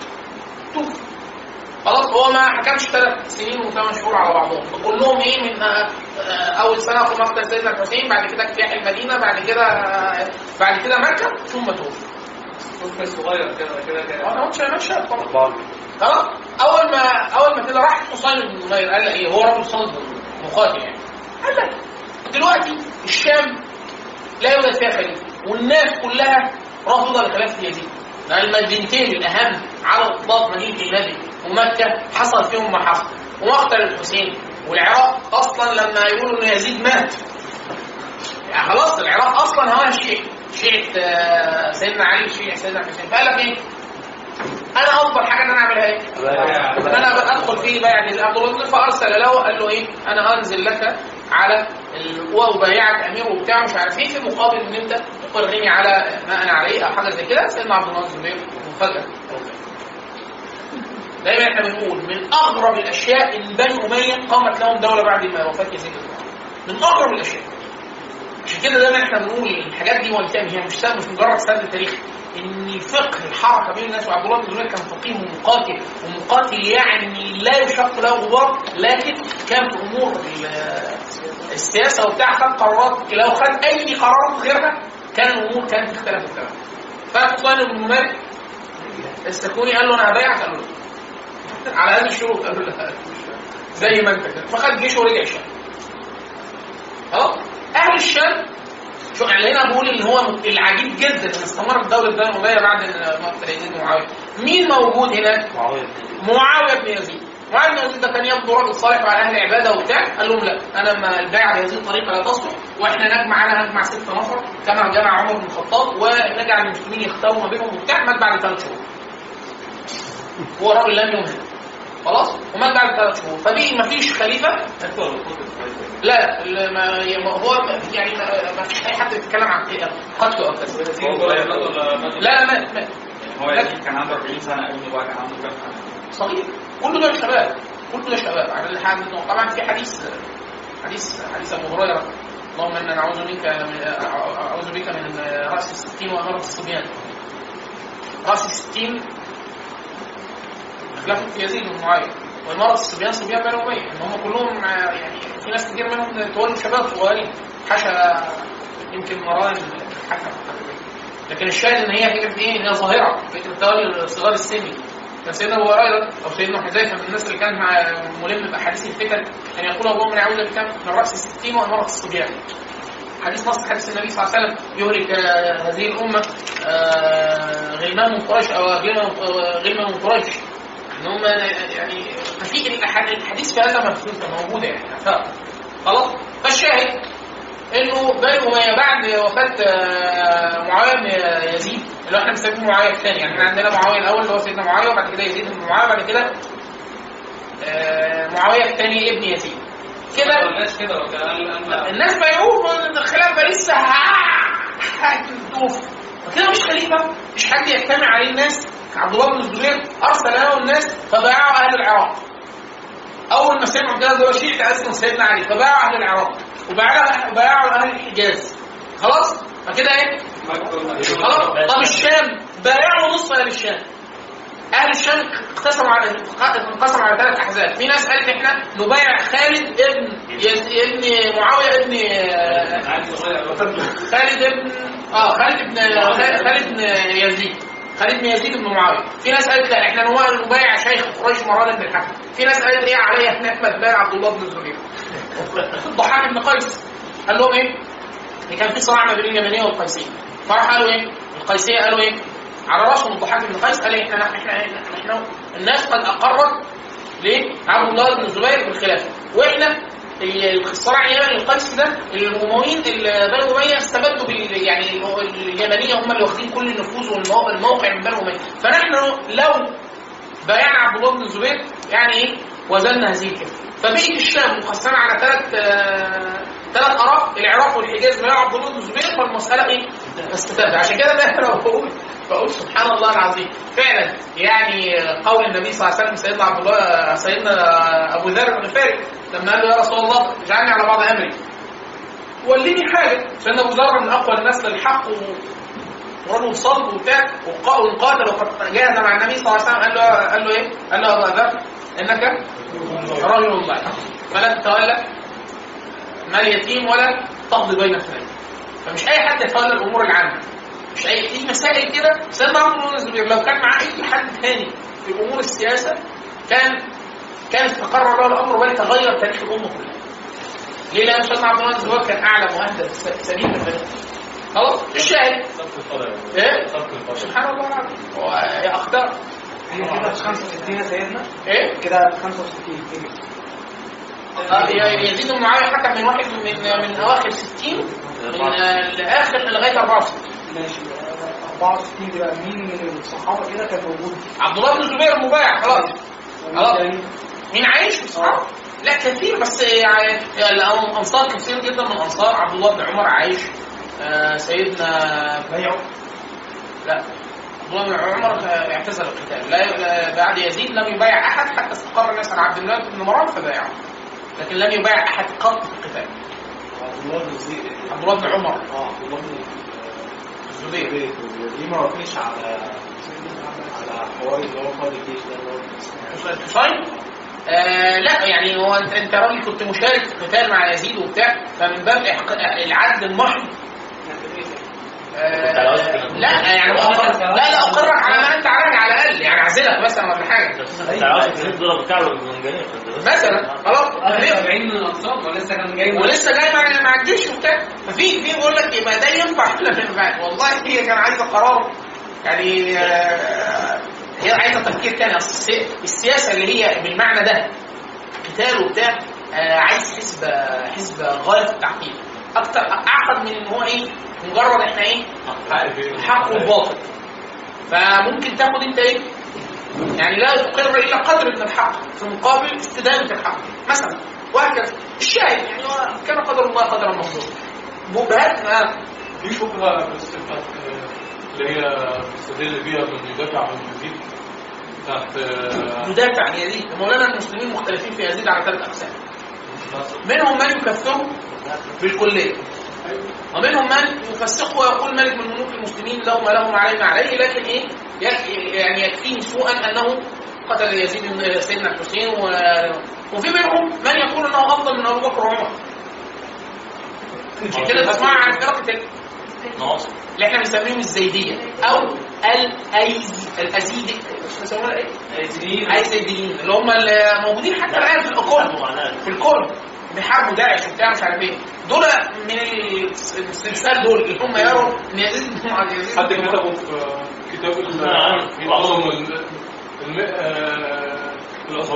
C: خلاص هو ما حكمش 3 سنين و8 شهور على بعضهم، كلهم ايه من اول سنه في مقتل سيدنا الحسين، بعد كده اجتياح المدينه، بعد كده مكه، ثم توفي.
D: طفل صغير كده
C: ما كانش ماشي طبعا. خلاص اول ما كده راح حصين بن نمير قال ايه، هو رجل صلب مقاتل يعني، قال لك دلوقتي الشام لا يوجد فيها خليفه والناس كلها رافضه لخلافه يزيد. المدينتين الاهم على اطلاق مدينه النبي ومكه حصل فيهم ما حصل، ومقتل الحسين، والعراق اصلا لما يقولوا ان يزيد مات يعني خلاص العراق اصلا هو شيعة سيدنا علي وشيعة سيدنا الحسين. فقال لك ايه؟ انا افضل حاجه ان انا اعملها ايه؟ ان انا ادخل في بيعه عبد الله. فارسل له قال له ايه؟ انا انزل لك على وبايعك امير وبتاع مش عارف ايه، في مقابل ان انت تقرني على ما انا عليه او حاجه زي كده. سيدنا عبد الله بن الزبير مفاجاه. دايما احنا بنقول من اغرب الاشياء ان بني اميه قامت لهم دوله بعد ما وفاه يزيد بن معاويه، من اغرب الاشياء. عشان كده دايما احنا بنقول الحاجات دي وانتهى، هي مش مجرد سرد تاريخي، ان فقه الحركه بين الناس. وعبد الله بن الزبير كان فقيه ومقاتل يعني لا يشق له غبار، لكن كان في امور السياسه وبتاع خد قرارات، لو خد اي قرار غيرها كان الامور كانت تختلف تماما. فحصين بن نمير السكوني قال له انا هبايعك، قال له على هذه الشروط، قال له لا زي ما انت كده. فخد جيشه ورجع الشام. خلاص اهل الشام شو يعني هنا بقول ان هو العجيب جدا ان استمرت دوله بني اميه بعد مقتل يزيد بن معاويه. مين موجود هناك؟ معاويه بن يزيد. معاويه بن يزيد ده كان يبدو راجل صالح وعلى اهل عباده وبتاع. قال لهم لا، انا ما البيعه بهذه الطريقه لا تصلح، واحنا نجمع 6 نفر كما جمع عمر بن الخطاب، ونجعل المسلمين يختاروا ما بينهم وبتاع. مات بعد 3 شهور. هو راجل لم يمهل خلاص، ومات بعد 3 شهور. فبقي ما فيش خليفه. لا هو يعني ما فيش اي حد يتكلم عن قتله او كذا. لا مات.
J: هو يزيد كان عنده 40 سنه، ابنه بقى كان عنده كام سنه؟
C: صغير. كله ده شباب. على الحال طبعا في حديث ابو هريره، اللهم انا اعوذ بك من راس 60 واماره الصبيان. راس 60 خلافه يزيد بن معاويه، والمرض الصبيان صبيان بني أمية، ان هم كلهم يعني في ناس كتير منهم تولوا شباب صغيرين، حاشا يمكن مران الحكم. لكن الشاهد ان هي فكره ايه؟ ان هي ظاهره، فكره تولي صغار السن. كان سيدنا ابو هريره او سيدنا حذيفه من الناس اللي كان ملم باحاديث الفتن، كان يقول اللهم انا اعوذ بك من راس 60 واماره الصبيان. حديث نص حديث النبي صلى الله عليه وسلم يهلك هذه الامه غلمان من قريش او غلمان من قريش ان هم يعني في الحديث في هذا موجوده يعني خلاص. فالشاهد انه بنو أمية بعد وفاه معاويه بن يزيد اللي احنا بنسميه معاويه الثاني، يعني احنا عندنا معاويه الاول اللي هو سيدنا معاويه، وبعد كده يزيد بن معاويه، بعد كده معاويه الثاني ابن يزيد كده. الناس بايعوه الخلافه لسه هتدوف كده، مش خليفه، مش حد يجتمع عليه الناس. عبد الله بن الزبير ارسل له الناس فبايعوا اهل العراق. اول ما سمعوا كده دول شيعة اصلا سيدنا علي، فبايعوا اهل العراق وبايعوا اهل الحجاز. خلاص فكده ايه خلاص. طب الشام بايعوا نص اهل الشام. اهل الشام انقسموا على 3 احزاب. في ناس قالت احنا نبايع خالد ابن معاويه ابن خالد بن يزيد، خالد بن يزيد بن معاويه. في ناس قالت لا احنا نبايع شيخ قريش مروان بن الحكم. في ناس قالت ايه علي احنا احمد بايع عبد الله بن الزبير. الضحاك بن قيس قال لهم ايه؟ كان في صراع ما بين اليمنيه والقيسيه، فراح قالوا ايه؟ القيسيه قالوا ايه؟ على راسهم الضحاك بن قيس قال احنا الناس قد اقرت ليه؟ عبد الله بن الزبير بالخلافه، واحنا الصراع اليمني القيس ده الامويين بنو اميه استبدوا يعني اليمنيه هم اللي واخدين كل النفوذ والموقع من بنو اميه. فنحن لو بايعنا عبد الله بن الزبير يعني ايه؟ وزننا هذه الكلمه. فبقيت الشام مقسمه على 3 اراء، العراق والحجاز بايعوا عبد الله بن الزبير، فالمساله ايه؟ استفاد. عشان كده انا بقول سبحان الله العظيم فعلا. يعني قول النبي صلى الله عليه وسلم سيدنا ابو ذر الغفاري لما قال له يا رسول الله اجعلني على بعض امري وليني حاجه. سيدنا ابو ذر من اقوى الناس للحق ورجل صلب وبتاع وقاتل وقد جاهد مع النبي صلى الله عليه وسلم. قال له ايه؟ قال له ابو ذر انك رجل الله فلا تتولى مال يتيم ولا تقضي بين اثنين. فمش اي حد يتولى الامور العامه، مش اي في مسائل كده. سيدنا عبد الله بن الزبير لو كان مع اي حد ثاني في امور السياسه كان استقر له الامر ولا تغير تاريخ الامه كلها. ليه؟ لان سيدنا عبد الله بن الزبير كان اعلى مهندس سليم من البلد. خلاص الشاهد ايه؟ سبحان الله العظيم. يا اختار
E: كده 65 يا سيدنا
C: ايه؟
E: كده 65
C: يزيد بن معاويه حكم من واحد من اواخر 60 من الاخر لغايه 64.
E: ماشي 64 دي بقى مين من الصحابه كده كان موجود؟
C: عبد الله بن الزبير المبايع خلاص. مين عايش في الصحابه؟ لا كثير، بس يعني الانصار كثير جدا من الانصار. عبد الله بن عمر عايش، سيدنا
E: بايعوا
C: لا عبد الله بن عمر اعتزل القتال. لا بعد يزيد لم يبايع احد حتى استقر الناس على عبد الله بن مروان فبايعه، لكن لم يبايع احد قط في القتال. عبد الله بن عمر
G: عبد الله بن
C: الزبير
G: دي ما وافقش على حوار اللي هو قائد الجيش ده
C: لا يعني هو انت راجل كنت مشارك في قتال مع يزيد وبتاع، فمن باب العدل المحض لا يعني لا اقرك على ما انت عليك على الاقل، يعني اعزلك مثلا ولا حاجه مثلا خلاص
E: 40 من الانصار
C: ولسه جاي مع الجيش وبتاع. ففي بيقول لك يبقى ده ينفع ولا ما ينفعش. والله هي كان عايزه قرار، يعني هي عايزه تفكير تاني. السياسه اللي هي بالمعنى ده قتال وبتاع عايز حسبه غايه التعقيد اكتر اعقد من ان هو ايه مجرد احنا ايه الحق والباطل. فممكن تاخد انت ايه يعني لا تقر الا قدر من الحق في مقابل استدامه الحق مثلا وهكذا. الشاهد يعني كان قدر الله قدرا مقدورا. مبهات
D: دي شبهه بس اللي هي بيستدل بيها من يدافع عن يزيد تحت
C: يدافع عن يزيد. مولانا المسلمين مختلفين في يزيد على 3 أقسام. منهم من يكفره بالكليه، ومنهم من يفسقه ويقول ملك من ملوك المسلمين له ما لهم عليه عليه، لكن ايه يعني يكفيه سوءا انه قتل يزيد سيدنا الحسين. وفي منهم من يقول انه افضل من ابو بكر وعمر. كده تسمع عن فرقه اللي احنا بنسميهم الزيديه او الازيدي بيسموها ايه؟ الازيديين اللي هم موجودين حتى الان في الكون بيحاربوا داعش وبتاع مش عارف ايه. دول من السلسال دول اللي هم يروا ان يزيد
D: حد كتبوا في كتاب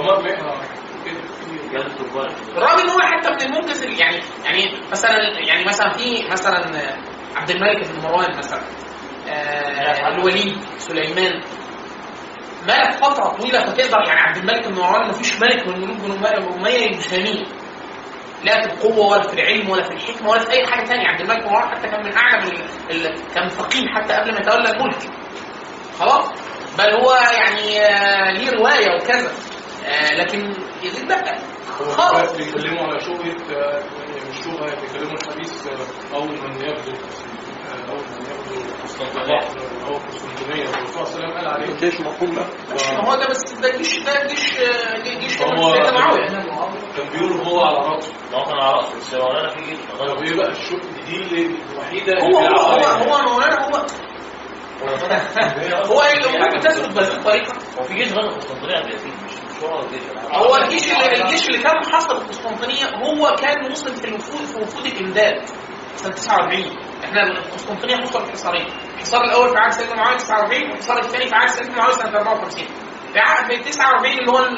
C: الراجل هو حتى من المنجز يعني مثلا في مثلا عبد الملك بن مروان مثلا، الوليد سليمان ملك فتره طويله، فتقدر يعني عبد الملك بن مروان ما فيش ملك من ملوك بني أمية يساميه، لا في القوه ولا في العلم ولا في الحكمه ولا في اي حاجه ثانيه. عبد الملك بن مروان حتى كان من اعلم كان فقيه حتى قبل ما يتولى الملك خلاص، بل هو يعني ليه روايه وكذا. لكن يزيد بقى خالص
D: بيتكلموا على شبهه، مش شبهه، بيتكلموا الحديث اول من يبدو قسطنطينيه، هو قسطنطينيه الرسول صلى الله عليه وسلم قال عليه جيش مفهوم له.
C: هو ده بس ده جيش
D: سيدنا معاويه كان بيقولوا هو على راسه،
I: هو كان على راسه بس مولانا في جيش.
D: طب ايه بقى دي الوحيده
C: هو مولانا هو اللي ممكن تثبت بهذه الطريقه.
I: هو في جيش غزو قسطنطينيه قبل يزيد، مش هو الجيش.
C: هو الجيش اللي كان محاصر القسطنطينيه هو كان وصل في وفود الامداد سنه 49. احنا القسطنطينيه حصل في حصارين، الحصار الاول في عهد سيدنا معاويه 49، والحصار الثاني في عهد سيدنا معاويه سنه 54. في عهد 49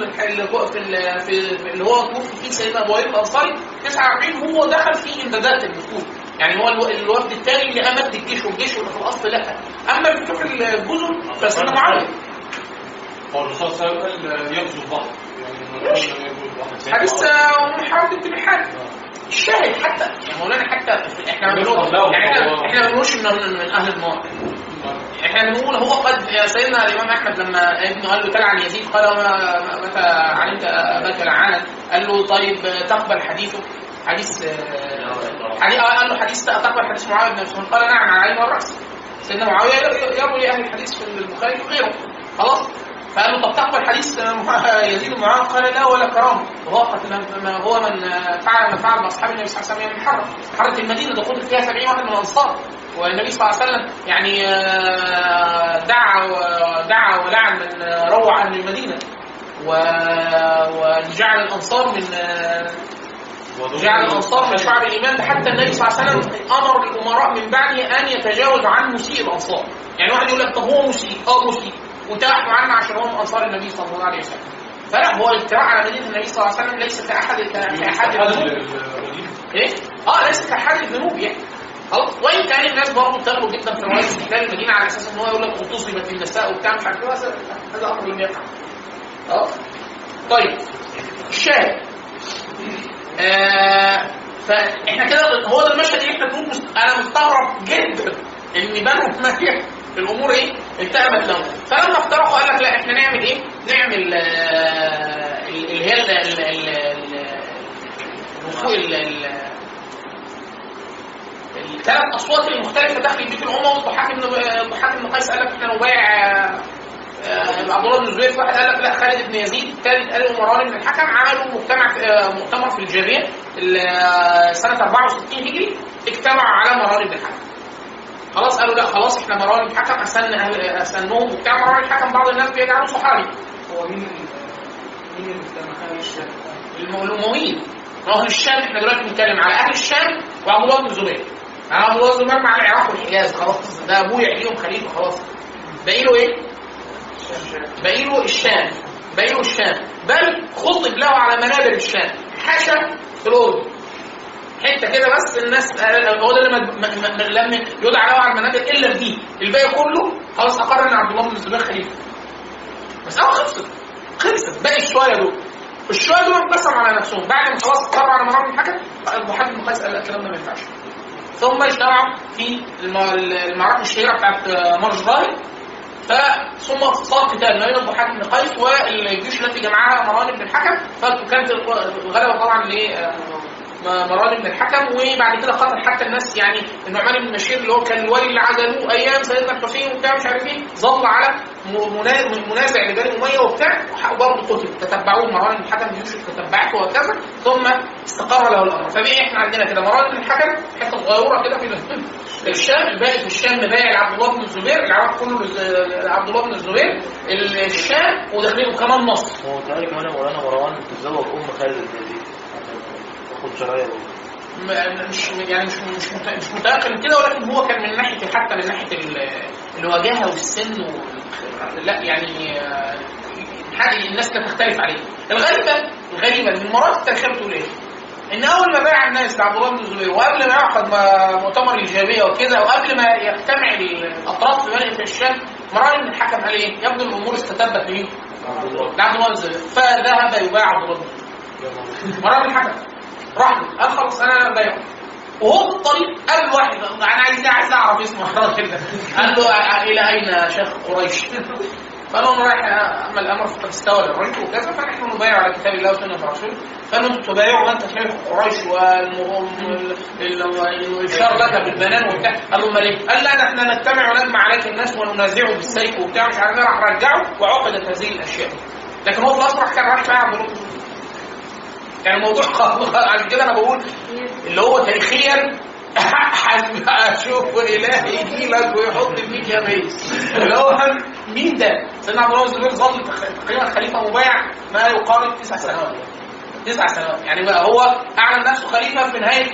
C: اللي هو توفي فيه سيدنا ابو ايوب الانصاري، 49 هو دخل في امدادات الوفود، يعني هو الوفد الثاني اللي امد الجيش، والجيش اللي في الاصل لا. اما بتشوف الجزر فسيدنا معاويه
D: هو الرسول صلى الله عليه وسلم قال يغزو البحر، يعني
C: حديث محاولة الاتحاد. الشاهد حتى يعني مولانا حتى احنا ما بنقولش من اهل النار، احنا بنقول هو قد سيدنا الامام احمد لما ابنه قال له تلعن عن يزيد قال متى علمت اباك لعانا، قال له طيب تقبل حديثه، قال له حديث تقبل حديث معاويه بن مسعود، قال نعم على العين والراس. سيدنا معاويه يروي لاهل الحديث في البخاري وغيره خلاص، فقال له طب تقبل حديث يزيد بن معاويه؟ قال لا ولا كرامه، وهو هو من فعل ما فعل باصحاب النبي صلى الله عليه وسلم من حرة المدينه دخلت فيها 70 واحد من الانصار، والنبي صلى الله عليه وسلم يعني دعا ولعن من روع اهل المدينه، وجعل الانصار من شعب الايمان، حتى النبي صلى الله عليه وسلم امر الامراء من بعده ان يتجاوزوا عن مسيء الانصار. يعني واحد يقول لك طب هو مسيء وتبعوا عنه عشان هو من انصار النبي صلى الله عليه وسلم، فلا، هو الاتباع على مدينه النبي صلى الله عليه وسلم ليس كاحد الذنوب ليس كاحد الذنوب يعني خلاص. وان كان الناس برضه بتغلو جدا في روايه استحلال المدينه على اساس ان هو يقول لك اغتصبت النساء وبتاع مش عارف ايه، هذا امر لم يقع. طيب الشاهد فاحنا كده هو ده المشهد اللي احنا بنقول. انا مستغرب جدا ان بنو اميه الامور التأمت لهم، فلما اقترحوا قال لك لا احنا نعمل نعمل اللي هي الثلاث اصوات المختلفه داخل بيت الامم. ضحاك بن قيس قال لك احنا نبايع عبد الله بن الزبير، واحد قال لك لا خالد بن يزيد، الثالث قال مروان بن الحكم. عملوا مؤتمر في الجابيه سنه 64 هجري، اجتمعوا على مروان بن الحكم. خلاص قالوا لا خلاص احنا مروان الحكم اسنهم وبتاع. مروان الحكم بعض الناس بيجعلوا صحابي.
E: هو مين المجتمع الشام؟
C: الامويين. اهل الشام احنا دلوقتي بنتكلم على اهل الشام وعبد الله بن الزبير. عبد الله بن الزبير مع العراق والحجاز خلاص، ده ابوه يعيهم خليفه خلاص. باقي له باقي له الشام، بل خطب له على منابر الشام، حاشا في الاردن حته كده بس. الناس هو ده اللي لم يدعى له على المنابر الا دي، الباقي كله خلاص اقر ان عبد الله بن الزبير خليفه. بس خلصت باقي الشويه دول انقسموا على نفسهم بعد ما خلاص اقروا على مروان الحكم. ضحاك بن قيس قال الكلام ده ما ينفعش، ثم اجتمعوا في المعركه الشهيره بتاعت مرجراي، ثم صار قتال ما بين ضحاك بن قيس والجيوش التي جمعها مروان بن الحكم. فكانت الغلبه طبعا مروان بن الحكم. وبعد كده قتل حتى الناس، يعني النعمان بن بشير اللي هو كان الولي اللي عزلوه ايام سيدنا الحسين وبتاع مش عارف ايه، ظل على منازع لبني اميه وبتاع، وبرضه قتل. تتبعوه مروان بن الحكم، جيوش تتبعته وكذا، ثم استقر له الامر. فبقي احنا عندنا كده مروان بن الحكم حته صغيره كده في الشام، الباقي في الشام مبايع لعبد الله بن الزبير، العراق كله لعبد الله بن الزبير، الشام وداخلين كمان مصر.
I: هو تقريبا كمان مولانا مروان تتزوج خالد بن يزيد خد شرايه مش متأكد من كده، ولكن هو كان من ناحيه حتى من ناحيه الوجاهه والسن لا يعني
C: حاجه الناس كانت تختلف عليه. الغريبه ان المرات التاريخيه بتقول ايه؟ ان اول ما بايع الناس لعبد الله بن الزبير وقبل ما يعقد مؤتمر الجابيه وكده وقبل ما يجتمع الاطراف في بلد الشام، مروان بن الحكم قال ايه؟ يبدو الامور استتبت لمين؟ لعبد الله بن الزبير. فذهب يبايع عبد الله بن الزبير. مروان بن الحكم راح قال خلاص انا بايعه. وهو في الطريق قال واحد انا عايز اعرف اسمه الراجل ده، قال له الى اين شيخ قريش؟ قالوا انه رايح اما الامر فقد استوى للرجل وكذا، فنحن نبايع على كتاب الله وسنه رسوله. قالوا انتم تبايعوا وانت شيخ قريش والاشار لك بالبنان وبتاع. قالوا امال ايه؟ قال لا ده احنا نجتمع ونجمع عليك الناس وننازعه بالسيف وبتاع مش عارف ايه. راح رجعه وعقدت هذه الاشياء. لكن هو في الاصل كان رايح بايع عبد الله. يعني الموضوع عشان كده انا بقول اللي هو تاريخيا اشوف الهي يجي لك ويحط فيك يا بيس اللي هو مين ده؟ سيدنا عبد الله بن الزبير ظل تقريبا خليفه مبايع ما يقارب 9 سنوات. 9 سنوات يعني بقى هو اعلن نفسه خليفه في نهايه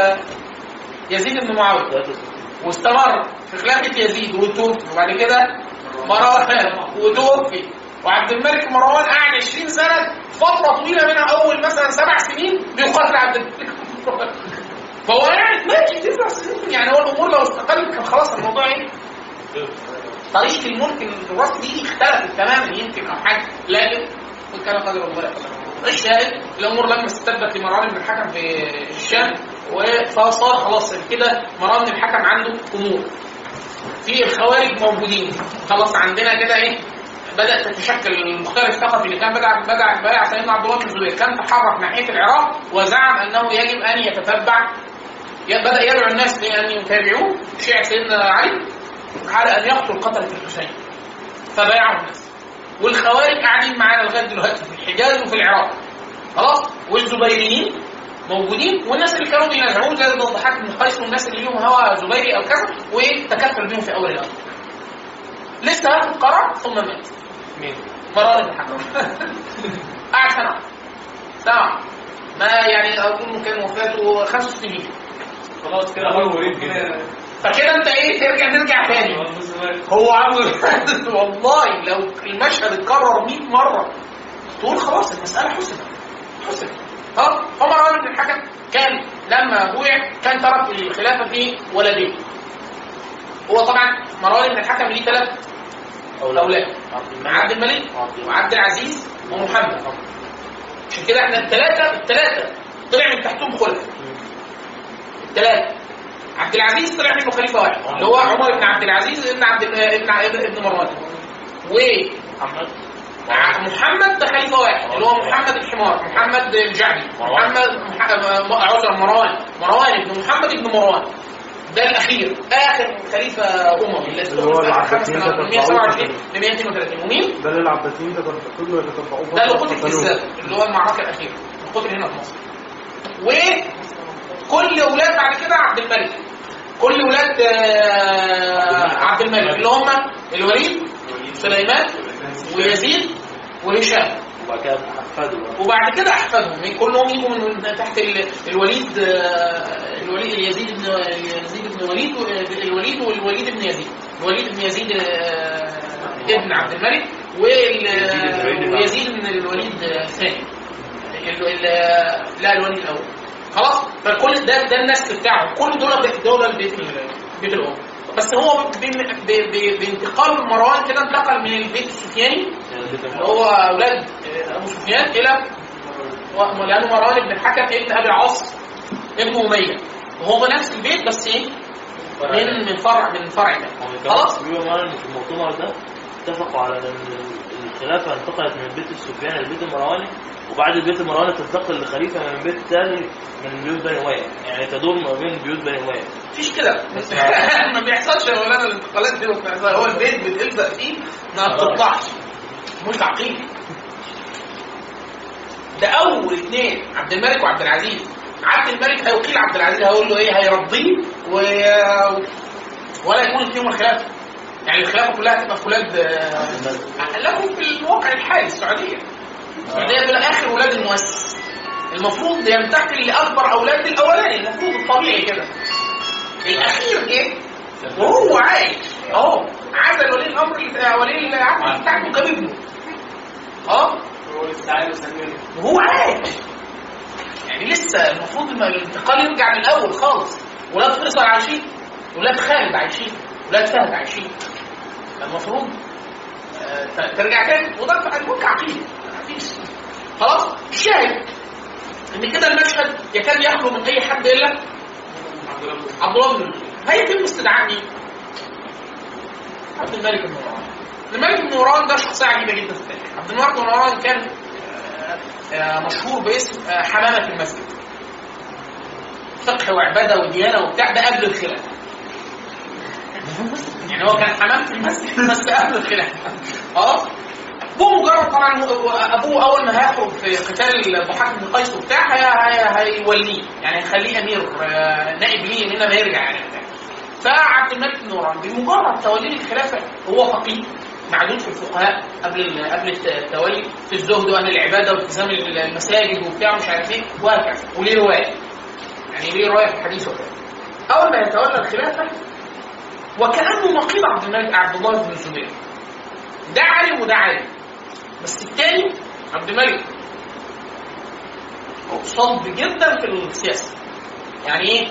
C: يزيد بن معاويه واستمر في خلافه يزيد وتوفي وبعد كده مروان وتوفي وعبد الملك مروان قعد 20 سنه فتره طويله منها اول مثلا 7 سنين بيقاتل عبد الملك مروان. فهو يعني ماشي 9 سنين يعني هو الامور لو استقلت كان خلاص الموضوع ايه؟ طريقه الملك الوراثي دي اختلفت تماما يمكن او حاجه، لكن كان قدر الله الشاهد الامور لما استتبت لمروان بن الحكم في الشام فصار خلاص كده مروان بن الحكم عنده امور. في الخوارج موجودين خلاص عندنا كده ايه؟ بدات تتشكل المختلف الثقافي اللي كان بدا بايع سيدنا عبد الله بن الزبير كان تحرك ناحيه العراق وزعم انه يجب ان يتتبع. بدا يدعو الناس لان يتابعوه شيعة سيدنا علي على ان يقتل قتله الحسين فبايعوا الناس. والخوارج قاعدين معانا لغايه دلوقتي في الحجاز وفي العراق خلاص. والزبيريين موجودين والناس اللي كانوا بينازعوه زي الضحاك بن قيس والناس اللي ليهم هوى زبيري او كذا وتكفل بهم في اول الامر. لسه هاخد قرار ثم مات. مين؟ مروان بن الحكم. قعد سنة ما يعني اظن كان وفاته 5 سنين
D: خلاص كده هو مريض جدا.
C: فكده انت ايه نرجع تاني. هو عمل والله لو المشهد اتكرر 100 مره تقول خلاص المساله حسنت. عمر بن الحكم كان لما بويع كان ترك الخلافه في ولدين. هو طبعا مروان بن الحكم ليه 3 اولاد عبد الملك وعبد العزيز ومحمد. عشان كده احنا الثلاثه طلع من تحتهم خلفاء. الثلاثه عبد العزيز طلع منه خليفه واحد اللي هو عمر بن عبد العزيز ابن مروان. محمد ده خليفه واحد اللي هو محمد الحمار محمد الجعدي مروان ابن محمد ابن مروان ده الاخير اخر خليفه اموي اللي
K: هو العباسيين ده
C: 127 ل 132. ومين؟
K: ده العباسيين ده كله يتتبعوه
C: ده اللي قتل في الزاد اللي هو المعركه الاخيره قتل هنا في مصر. وكل اولاد بعد كده عبد الملك كل اولاد عبد الملك اللي هم الوليد سليمان ويزيد وهشام وبعد كده احفادهم كلهم يجوا من تحت الوليد يزيد بن الوليد والوليد بن يزيد. الوليد بن يزيد ابن عبد الملك ويزيد بن الوليد الثاني لا الوليد الاول خلاص. فكل ده النسل بتاعهم كل دول بيت الام. بس هو بانتقال مروان كده انتقل من البيت السفياني اللي هو اولاد ابو سفيان الى لانه مروان بن الحكم ابن ابي العاص ابن اميه وهو نفس البيت بس ايه من فرع ده خلاص.
I: بيقولوا في المؤتمر ده اتفقوا على ان الخلافه انتقلت من بيت السفياني لبيت المرواني وبعد البيت المرواني تنتقل لخليفه من بيت ثاني من بيوت بني أمية يعني تدور ما بين بيوت بني أمية.
C: مفيش كده ما بيحصلش يا مولانا الانتقالات دي هو البيت بتلزق فيه ما بتطلعش مش عقيم. ده اول 2 عبد الملك وعبد العزيز. عبد الملك هيقيل عبد العزيز هيقول له ايه هيرضيه ولا يكون فيهم الخلافه يعني الخلافه كلها هتبقى في ولاد لكم في الواقع الحالي السعوديه دول اخر ولاد المؤسس المفروض ينتقل لاكبر اولاد الاولاني المفروض الطبيعي كده. الاخير ايه وهو عايش اهو عزل ولي الامر ولي العهد بتاعته كابنه وهو عايش يعني لسه المفروض الانتقال يرجع من الاول خالص. ولاد فيصل عايشين، ولاد خالد عايشين، ولاد فهد عايشين، المفروض ترجع تاني. وده ممكن عقيده مفيش خلاص. الشاهد ان كده المشهد يكاد يخلو من اي حد الا عبد الله بن الزبير. هيتم استدعاء مين؟ عبد الملك بن مروان. الملك بن مروان ده شخصيه عجيبه جدا في التاريخ. عبد الملك بن مروان كان مشهور باسم حمامه المسجد، فقه وعباده وديانه وبتاع، ده قبل الخلافه. يعني هو كان حمامه المسجد بس قبل الخلافه. بمجرد طبعا ابوه اول ما هيخرج في قتال الضحاك بن قيس وبتاع هيوليه، يعني هيخليه امير نائب ليه من ما يرجع يعني. فعبد الملك بن مروان بمجرد توليه الخلافه هو فقيه معدود في الفقهاء قبل التولي في الزهد واهل العباده والتزام المساجد وبتاع مش عارف ايه وهكذا، وليه روايه يعني ليه روايه في الحديث وكذا. اول ما يتولى الخلافه وكانه نقيض عبد الله بن الزبير، ده عالم وده عالم، بس الثاني عبد الملك صلب جدا في السياسه. يعني ايه؟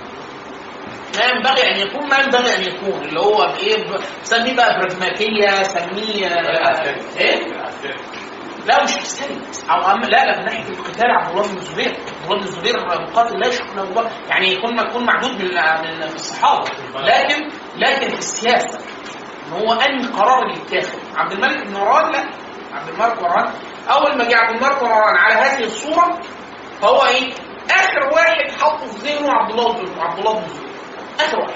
C: ما ينبغي ان يكون ما ينبغي ان يكون، اللي هو بايه سميه بقى براجماتيه، سميه ايه؟ لا مش عسكري او لا من ناحيه القتال. عبد الله بن الزبير، عبد الله بن الزبير مقاتل لا يشك له، يعني يكون معدود من الصحابه، لكن في السياسه ان هو انهي قرار اللي يتاخد. عبد الملك بن مروان لا، عبد الملك بن مروان اول ما جه عبد الملك بن مروان على هذه الصوره فهو ايه؟ اخر واحد حطه في ذهنه عبد الله بن الزبير، اخر واحد.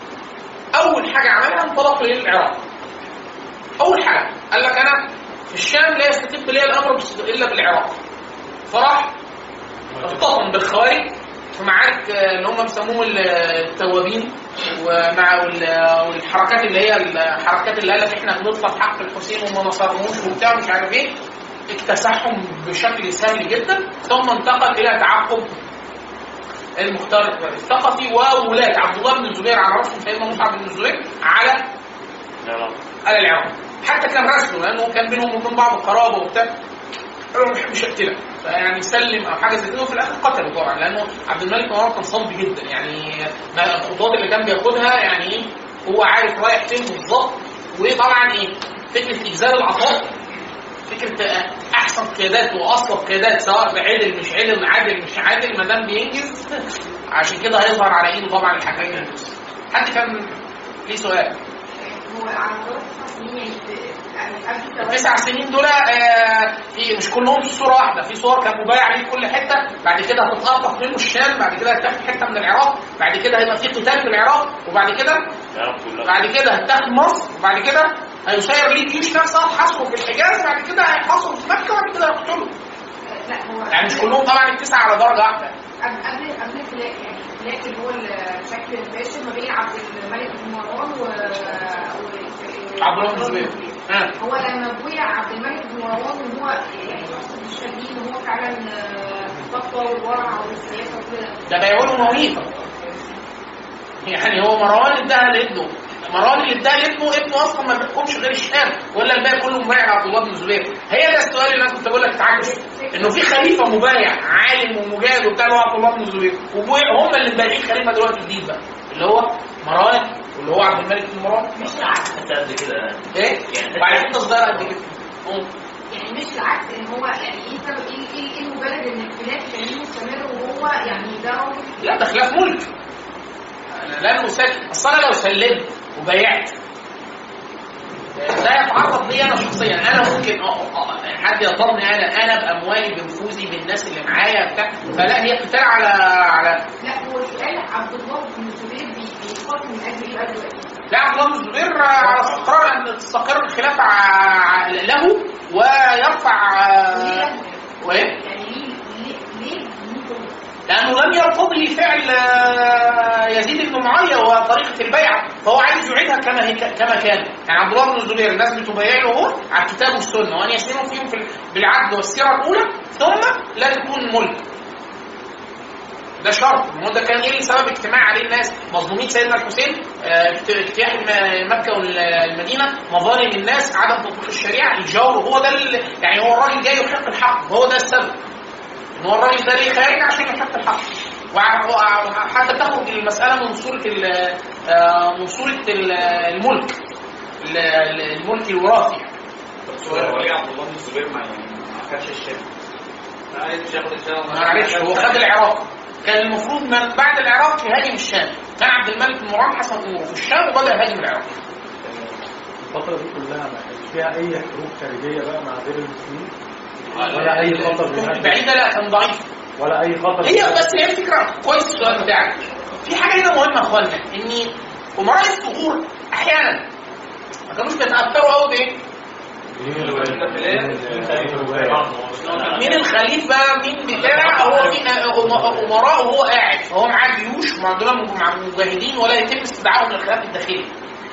C: اول حاجه عملها انطلق للعراق. اول حاجه قال لك انا في الشام لا يستتب لي الامر الا بالعراق، فراح اختصم بالخوارج في معارك اللي هم بيسموهم التوابين، ومع والحركات اللي هي الحركات اللي قالت احنا بنطلب حق الحسين وما نصرهوش وبتاع مش عارف ايه، اكتسحهم بشكل سهل جدا. ثم انتقل الى تعقب المختار الثقفي وولاة عبد الله بن الزبير على راسهم سيدنا مصعب بن الزبير على العراق. حتى كان راسله لانه كان بينهم وبين بعض قرابه وبتاع، قالوا ما بحبش اقتلك، فيعني سلم او حاجه زي كده. وفي الاخر قتله طبعا، لانه عبد الملك بن مروان كان صلب جدا، يعني الخطوات اللي كان بياخدها يعني هو عارف رايح فين بالظبط. وطبعا ايه فكره اجزاء العطاء، فكره احسن قيادات واصلب قيادات سواء بعدل مش عدل، عادل مش عادل، ما دام بينجز عشان كده هيظهر على ايده طبعا الحكايه. حد كان ليه سؤال؟
H: هو على مدار 9 سنين يعني
C: 9 سنين دول في مش كلهم في صوره واحده، في صور كان مبايع عليه في كل حته، بعد كده هتتقطع منه الشام، بعد كده هتاخد حته من العراق، بعد كده هيبقى في قتال في العراق، وبعد كده هتاخد مصر، وبعد كده هيسير ليه جيوش نفسها تحاصره في الحجاز، بعد كده هيحاصروا في مكه، وبعد كده هيقتلوا.
H: لا هو
C: يعني مش كلهم طبعا التسعه على درجه واحده.
H: قبل الخلاف يعني الخلاف اللي هو الشكل المباشر ما بين عبد الملك بن مروان
C: عبد الله بن الزبير.
H: هو لما بويع عبد الملك بن مروان وهو يعني مش فاهمين ان هو فعلا الفتوى والورع والسياسه وكده،
C: ده بيقولوا مويته. يعني هو مروان اداها لابنه، مروان اللي اداها لابنه، ابنه اصلا ما بيحكمش غير الشام، ولا الباقي كله مبايع عبد الله بن الزبير. هي ده السؤال اللي انا كنت بقول لك تعجب، انه في خليفه مبايع عالم ومجاهد وبتاع اللي هو عبد الله بن الزبير، وهم اللي مبايعين خليفه دلوقتي جديد بقى اللي هو مروان واللي هو عبد الملك بن مروان.
I: مش العكس قد كده
C: ايه يعني بعد حته صغيره قد كده.
H: يعني مش العكس ان هو يعني ايه المبرر ان الخلاف كان مستمر وهو يعني ده راجل.
C: لا ده خلاف ملك، لا المسلم. اصل انا لو سلمت وبيعت ده يتعرض لي انا شخصيا، انا ممكن حد يطلبني انا باموالي بنفوذي بالناس اللي معايا بتاع، فلا هي قتال على
H: لا هو سؤال عبد الله بن الزبير بيقاتل من اجل ايه بقى دلوقتي؟
C: لا عبد الله بن الزبير على استقرار ان تستقر الخلافه له ويرفع وايه؟
H: يعني ليه
C: لانه لم يرتضي فعل يزيد بن معاويه وطريقه البيعه، فهو عايز يعيدها كما كان. يعني عبد الله بن الزبير الناس بتبايعه هو على الكتاب والسنه، وان يسيروا فيهم بالعدل والسيره الاولى، ثم لا تكون ملك. ده شرط. هو ده كان ايه سبب اجتماع عليه الناس؟ مظلومين سيدنا الحسين، اجتياح مكه والمدينه، مظالم الناس، عدم تطبيق الشريعه، الجور. هو ده يعني هو الراجل جاي يحق الحق، هو ده السبب. ان هو الراجل ده ليه خارج عشان يحق الحق. وحتى تخرج المساله من صوره الملك الوراثي.
J: ولي عبد الله بن الزبير ما خدش الشام،
C: ما عرفش، هو خد العراق. كان المفروض من بعد العراق يهاجم الشام. كان عبد الملك بن مروان حسن اموره في الشام وبدا يهاجم العراق.
K: الفتره دي كلها ما كانش فيها اي حروب خارجيه بقى مع غير المسلمين ولا اي خطر
C: بعيده، لا كان ضعيف
K: ولا اي خطر.
C: هي بس هي الفكره. كويس السؤال بتاعك. في حاجه هنا مهمه يا اخوانا، ان امراء الثغور احيانا ما كانوش بيتاثروا قوي بايه؟ مين الخليفه، مين بتاع، هو مين امراء وهو قاعد، فهو معاه جيوش مع مجاهدين ولا يتم استدعائهم للخلاف الداخلي.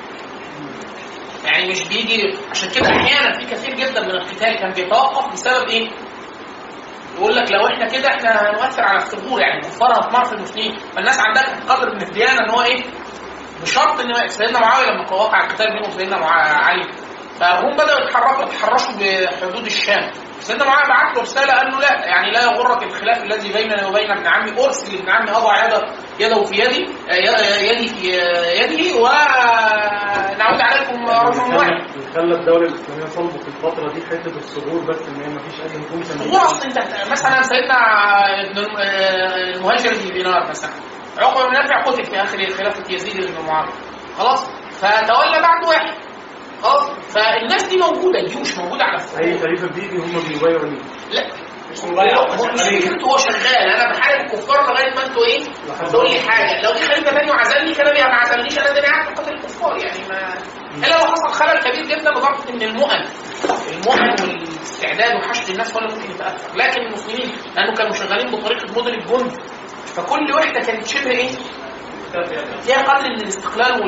C: يعني مش بيجي. عشان كده احيانا في كثير جدا من القتال كان بيتوقف بسبب ايه؟ يقول لك لو احنا كده احنا هنؤثر على الثغور، يعني الكفار هتمر في المسلمين، فالناس عندها قدر من الديانه ان هو ايه؟ بشرط ان سيدنا معاويه لما وقع القتال بينه وبين علي، فهم بدأوا يتحرشوا بحدود الشام. سيدنا معاوية بعت له رسالة قال له لا، يعني لا يغرك الخلاف الذي بيننا وبين ابن عمي. أرسل ابن عمي أضع يده في يدي في يده ونعود عليكم رجل واحد.
K: خلى الدولة الإسلامية صلبوا في الفترة دي حتة الصدور، بس إن هي ما فيش أي هجوم سميع.
C: الصدور أصلا أنت مثلا سيدنا المهاجر بن دينار مثلا، عقبة بن نافع قتل في آخر خلافة يزيد بن معاوية، خلاص، فتولى بعد واحد. فالناس دي موجوده، الجيوش موجوده على السطح.
K: اي خليفه بيجي هم بيغيروا ليه؟
C: لا هو شغال. انا بحارب الكفار لغايه ما انتوا ايه تقول لي حاجه. لو دي خليفه ثانيه وعزلني كده ما عزلنيش، انا ده قاعد قتل الكفار يعني. ما الا لو حصل خلل كبير جدا لدرجه ان المؤن والاستعداد وحشد الناس ولا ممكن يتاثر. لكن المسلمين لانه كانوا شغالين بطريقه مدن الجند، فكل وحده كانت شبه ايه فيها قدر من الاستقلال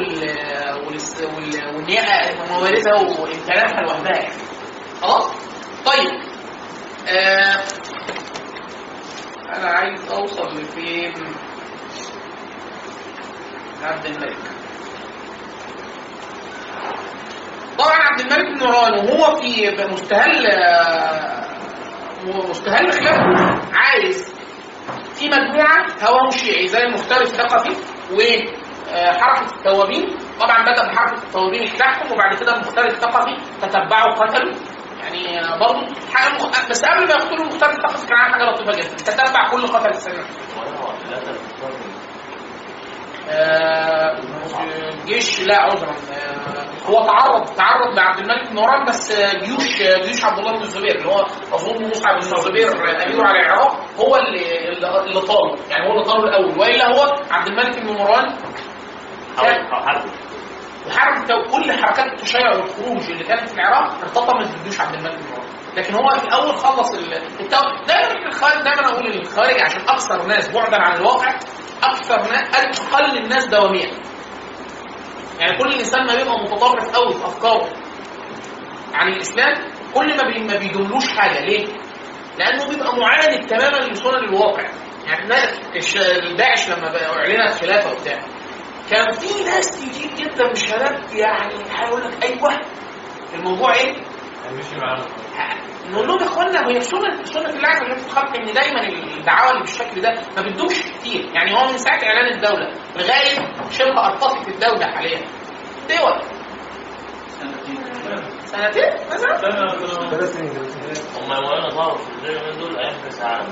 C: ومواردها وامكاناتها لوحدها يعني. خلاص. طيب انا عايز اوصل لفين؟ عبد الملك. طبعا عبد الملك بن مروان وهو في مستهل خلافه عايز في مجموعه هواه شيعي زي المختار الثقفي وحركة التوابين. طبعا بدأ بحركة التوابين اجتاحهم، وبعد كده المختار الثقفي تتبعوا وقتلوا. يعني برضه حاجة بس قبل ما يقتلوا المختار الثقفي كان عامل حاجة لطيفة جدا، تتبع كل قتل السنة. جيش لا عذرا، هو تعرض لعبد الملك بن مروان، بس جيوش عبد الله بن الزبير اللي هو اظن مصعب بن الزبير اميره على العراق هو اللي طاله، يعني هو اللي طاله الاول، والا هو عبد الملك بن مروان وحرب كل حركات التشيع والخروج اللي كانت في العراق ارتطمت بجيوش عبد الملك بن مروان. لكن هو في الاول خلص دايما الخارج. دايما اقول الخارج عشان اكثر ناس بعدا عن الواقع، اقل الناس دواميا. يعني كل انسان ما بيبقى متطرف قوي في افكاره عن الاسلام كل ما بيدلوش حاجه. ليه؟ لانه بيبقى معاند تماما لسنن الواقع. يعني داعش لما اعلنت خلافه وبتاع كان في ناس كتير جدا من الشباب يعني هيقول لك ايوه الموضوع ايه؟
D: ماشي معانا.
C: نقول لهم يا اخوانا هي سنه الله عز وجل في الخلق ان دايما الدعاوى اللي بالشكل ده ما بتدومش كتير. يعني هو من ساعه اعلان الدوله لغايه شبه ارتقت الدوله حاليا دول سنتين مثلا.
K: 3 سنين.
I: هم وانا ظهروا في الدنيا من دول ايام كاس العالم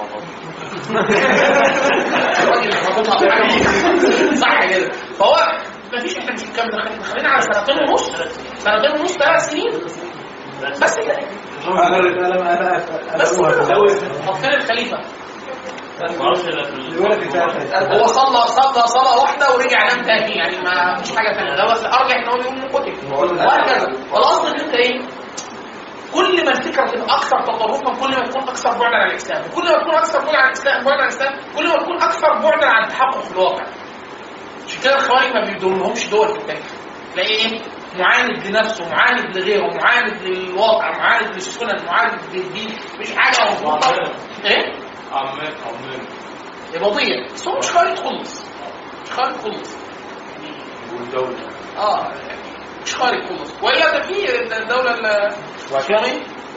C: صح كده. فهو ما فيش، احنا مش مكمل، خلينا على 2.5 سنتين 3 سنين بس كده. بس فين الخليفه؟ هو صلى واحده ورجع نام تاني، يعني ما فيش حاجه ثانيه. ده بس ارجح ان هو يقول انه قتل وهكذا. والاصل ان انت ايه؟ كل ما الفكره تبقى اكثر تطرفا كل ما تكون اكثر بعدا عن الاسلام، وكل ما تكون اكثر بعدا عن الاسلام كل ما تكون اكثر بعدا عن التحقق في الواقع. عشان كده الخوارج ما بيدورلهمش دول في التاريخ. تلاقي ايه؟ معاند لنفسه، معاند لغيره، معاند للواقع، معاند للسنن، معاند للدين، مش حاجه مظبوطه. ايه؟
D: عمان
C: إباضية، بس هو مش خالد خلص، مش خالد خلص
K: والدولة
C: مش خالد خلص. وإلا ده في الدولة الرستمية،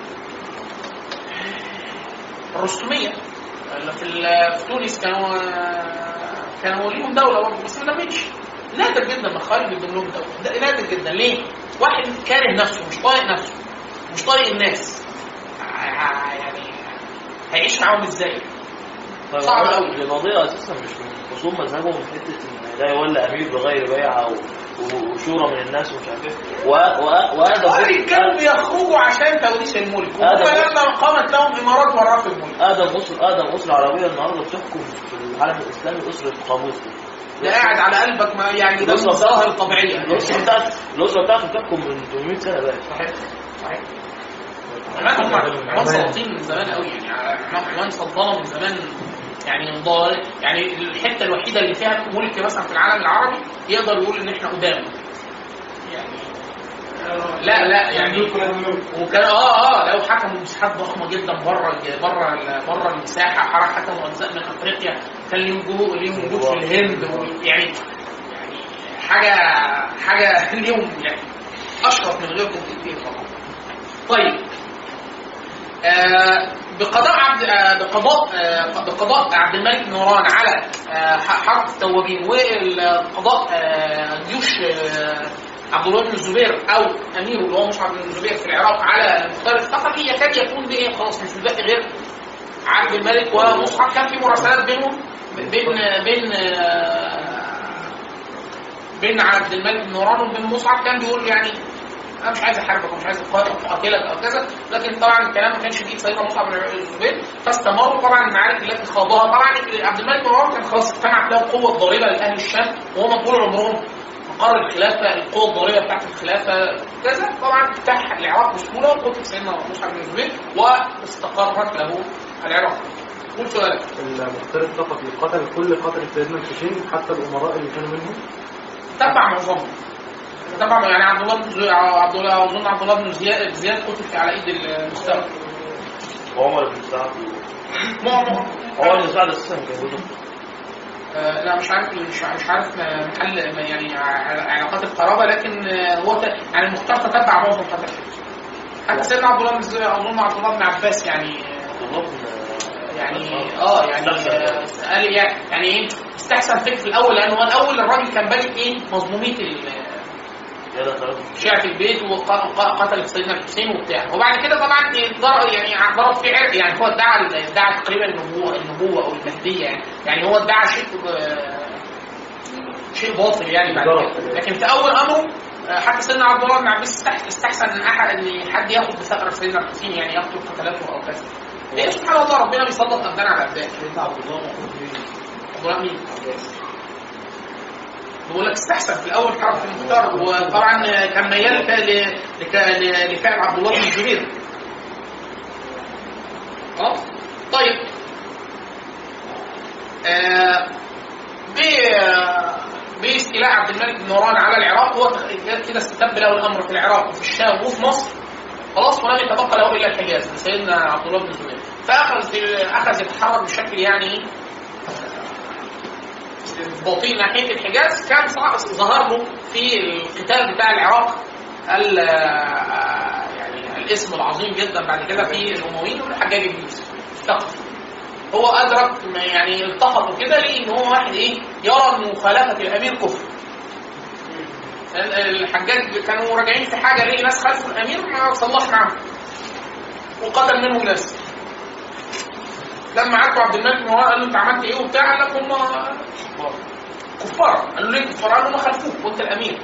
C: الرستمية في تونس كانوا ليهم دولة برضه، بس ما دمتش. نادر جدا ما خالد يبقى لهم دولة، ده نادر جدا. ليه؟ واحد كاره نفسه، مش طايق نفسه، مش طايق الناس، يعني هيعيش معاهم ازاي؟ صعب قوي.
I: القضية اساسا مش من خصوم مذهبهم، من حته ان لا يولى امير بغير بيعه وشورى من الناس ومش عارف ايه. وهذا
C: كانوا بيخرجوا عشان توريث الملك، ولما قامت لهم امارات ورثوا الملك.
I: ادم اسره عربيه النهارده بتحكم في العالم الاسلامي، اسره قابوس
C: ده قاعد على قلبك، ما يعني ده الظاهر الطبيعيه.
I: الاسره بتاعته بتحكم من 800 سنه بقى.
C: صحيح. عمان سلاطين من زمان قوي، يعني عمان سلطنه من زمان، يعني الحته الوحيده اللي فيها ملك مثلا في العالم العربي يقدر يقول ان احنا قدام، يعني لا يعني وكان لو حكموا مساحات ضخمه جدا بره المساحه، حكموا اجزاء من افريقيا، كان ليهم وجود في الهند، يعني حاجه ليهم يعني اشرف من غيرهم كتير طبعا. طيب بقضاء عبد الملك نوران على حرب التوابين، والقضاء جيوش عبد الله بن الزبير او اميره اللي هو مصعب بن الزبير في العراق على المختار الثقفي، يكاد يكون بايه خلاص مش باقي غير عبد الملك ومصعب. كان في مراسلات بينهم بين عبد الملك بن نوران وبين مصعب، كان بيقول يعني انا مش عايز احاربك ومش عايز اقاتلك او كذا، لكن طبعا الكلام ما كانش فيه سيدنا مصعب بن الزبير، فاستمروا طبعا المعارك التي خاضوها. طبعا عبد الملك بن نوران كان خلاص اجتمعت له القوه الضاربه لاهل الشام، وهم طول عمرهم مقر الخلافه، القوه الضاربه بتاعت الخلافه كذا. طبعا افتتح العراق بسهوله، وقتل سيدنا مصعب بن الزبير واستقرت له العراق. قول سؤالك.
K: المختار الثقفي قتل كل قتل سيدنا الحسين، حتى الامراء اللي كانوا منهم
C: تبع معظمهم. طبعا يعني عبد الله بن زياد قتل على ايد المستوى.
I: عمر بن سعد عمر بن سعد اساسا كان
C: لا مش عارف محل يعني علاقات القرابه، لكن هو يعني المختار تتبع معظم قتل حتى سيدنا عبد الله بن زياد، اظن عبد الله بن عباس يعني يعني استحسن فكر في الاول، لانه الاول الراجل كان بادئ ايه مظلوميه شيعة البيت وقتل سيدنا الحسين وبتاع، وبعد كده طبعا ضرب في عرق، يعني هو ادعى تقريبا النبوة او المهدية، يعني هو ادعى شيء باطل يعني بعد كده. لكن في اول امره حتى سيدنا عبد الله بن عباس استحسن ان حد ياخد بثأر سيدنا الحسين، يعني يقتل قتلاته او كذا. ليه سبحان الله ربنا بيسلط ابدان على ابدان.
G: سيدنا عبد الله
C: مين؟ بقول لك استحسن في الاول حرف المختار، وطبعا كان ميال لفعل عبد الله بن الزبير. طيب باستيلاء عبد الملك بن نوران على العراق، هو كده استتب له الامر في العراق وفي الشام وفي مصر خلاص، ولم يتبقى له الا الحجاز لسيدنا عبد الله بن الزبير. فاخذ يتحرك بشكل يعني باطين ناحيه الحجاز. كان ظهر له في القتال بتاع العراق يعني الاسم العظيم جدا بعد كده في الامويين والحجاج بن يوسف الثقفي. هو ادرك يعني التقطوا كده ليه ان هو واحد يرى ان مخالفه الامير كفر. الحجاج كانوا راجعين في حاجه، ليه ناس خالفوا الامير ما صلح معاهم وقتل منهم ناس. لما عرفوا عبد الملك بن نوران قال له انت عملت ايه وبتاع، قال لك هم كفار. قالوا ليه كفار؟ قالوا ما خلفوك وانت الامير.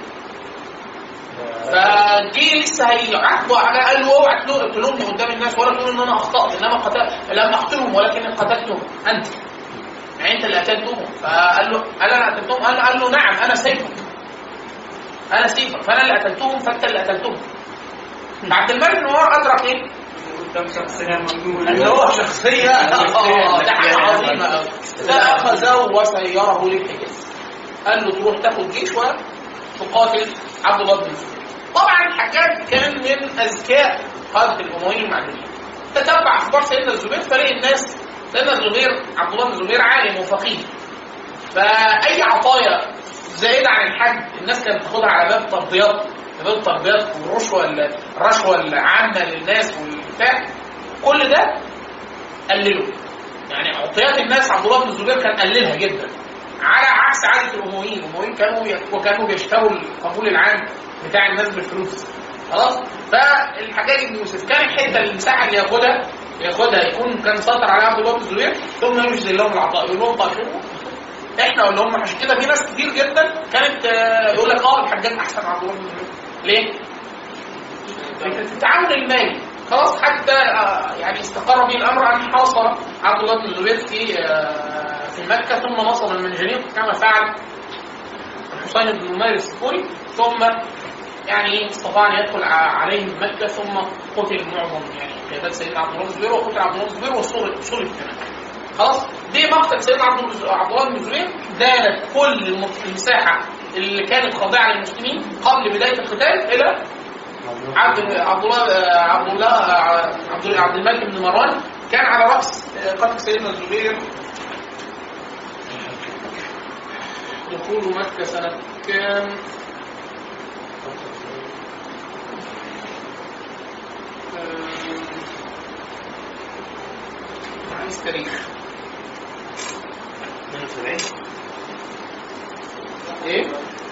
C: فجي لسه هيعاتبوا على، قال له اوعى تلومني قدام الناس ولا تقول ان انا اخطات، انما لم اقتلهم ولكن قتلتهم انت، يعني انت اللي قتلتهم. فقال له انا قتلتهم؟ قال له نعم انا سيفك فانا اللي قتلتهم فانت اللي قتلتهم. عبد الملك بن نوران ادرك ايه؟ ان هو شخصيه ده حاجه عظيمه قوي. ده اخذه وسيره للحجاز، قال له تروح تاخد جيش وتقاتل عبد الله بن الزبير. طبعا الحجاج كان من اذكياء قاده الامويين المعدنيين، تتبع اخبار سيدنا الزبير فلقي الناس سيدنا الزبير عبد الله بن الزبير عالم وفقيه، فاي عطايا زائده عن الحد الناس كانت بتاخدها على باب ترضيات، باب الترضيات والرشوه العامه للناس والبتاع، كل ده قلله. يعني عطيات الناس عبد الله بن الزبير كان قللها جدا، على عكس عاده الامويين. الامويين كانوا بيشتروا القبول العام بتاع الناس بالفلوس. خلاص. فالحجاج بن يوسف كان الحته المساحه اللي ياخدها يكون كان سيطر على عبد الله بن الزبير، ثم يجزي لهم العطاء، يقول لهم طيب احنا ولا هم. عشان كده في ناس كتير جدا كانت يقول لك الحجاج احسن عبد الله بن الزبير. ليه؟ التعاون المالي. خلاص. حتى يعني استقر به الامر ان حاصر عبد الله بن الزبير في مكه، ثم نصب المنجنيق كما فعل الحسين بن نمير السفوري، ثم يعني استطاع ان يدخل عليهم مكه، ثم قتل معظم يعني قيادات سيدنا عبد الله بن الزبير، وقتل عبد الله بن الزبير وصلب كمان. خلاص. دي مقتل سيدنا عبد الله بن الزبير دانت كل المساحه اللي كانت خاضعه للمسلمين قبل بدايه القتال الى عبد الملك بن مروان. كان على راس قتل سيدنا الزبير. دخول مكه سنه كام؟ عايز تاريخ
I: 72
C: ايه؟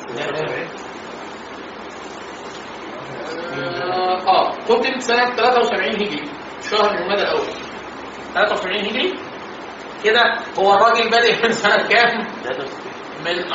C: 72 قتل سنة 73 هجري، شهر جمادى الأول 73 هجري كده. هو الراجل بادئ من سنة كام؟ من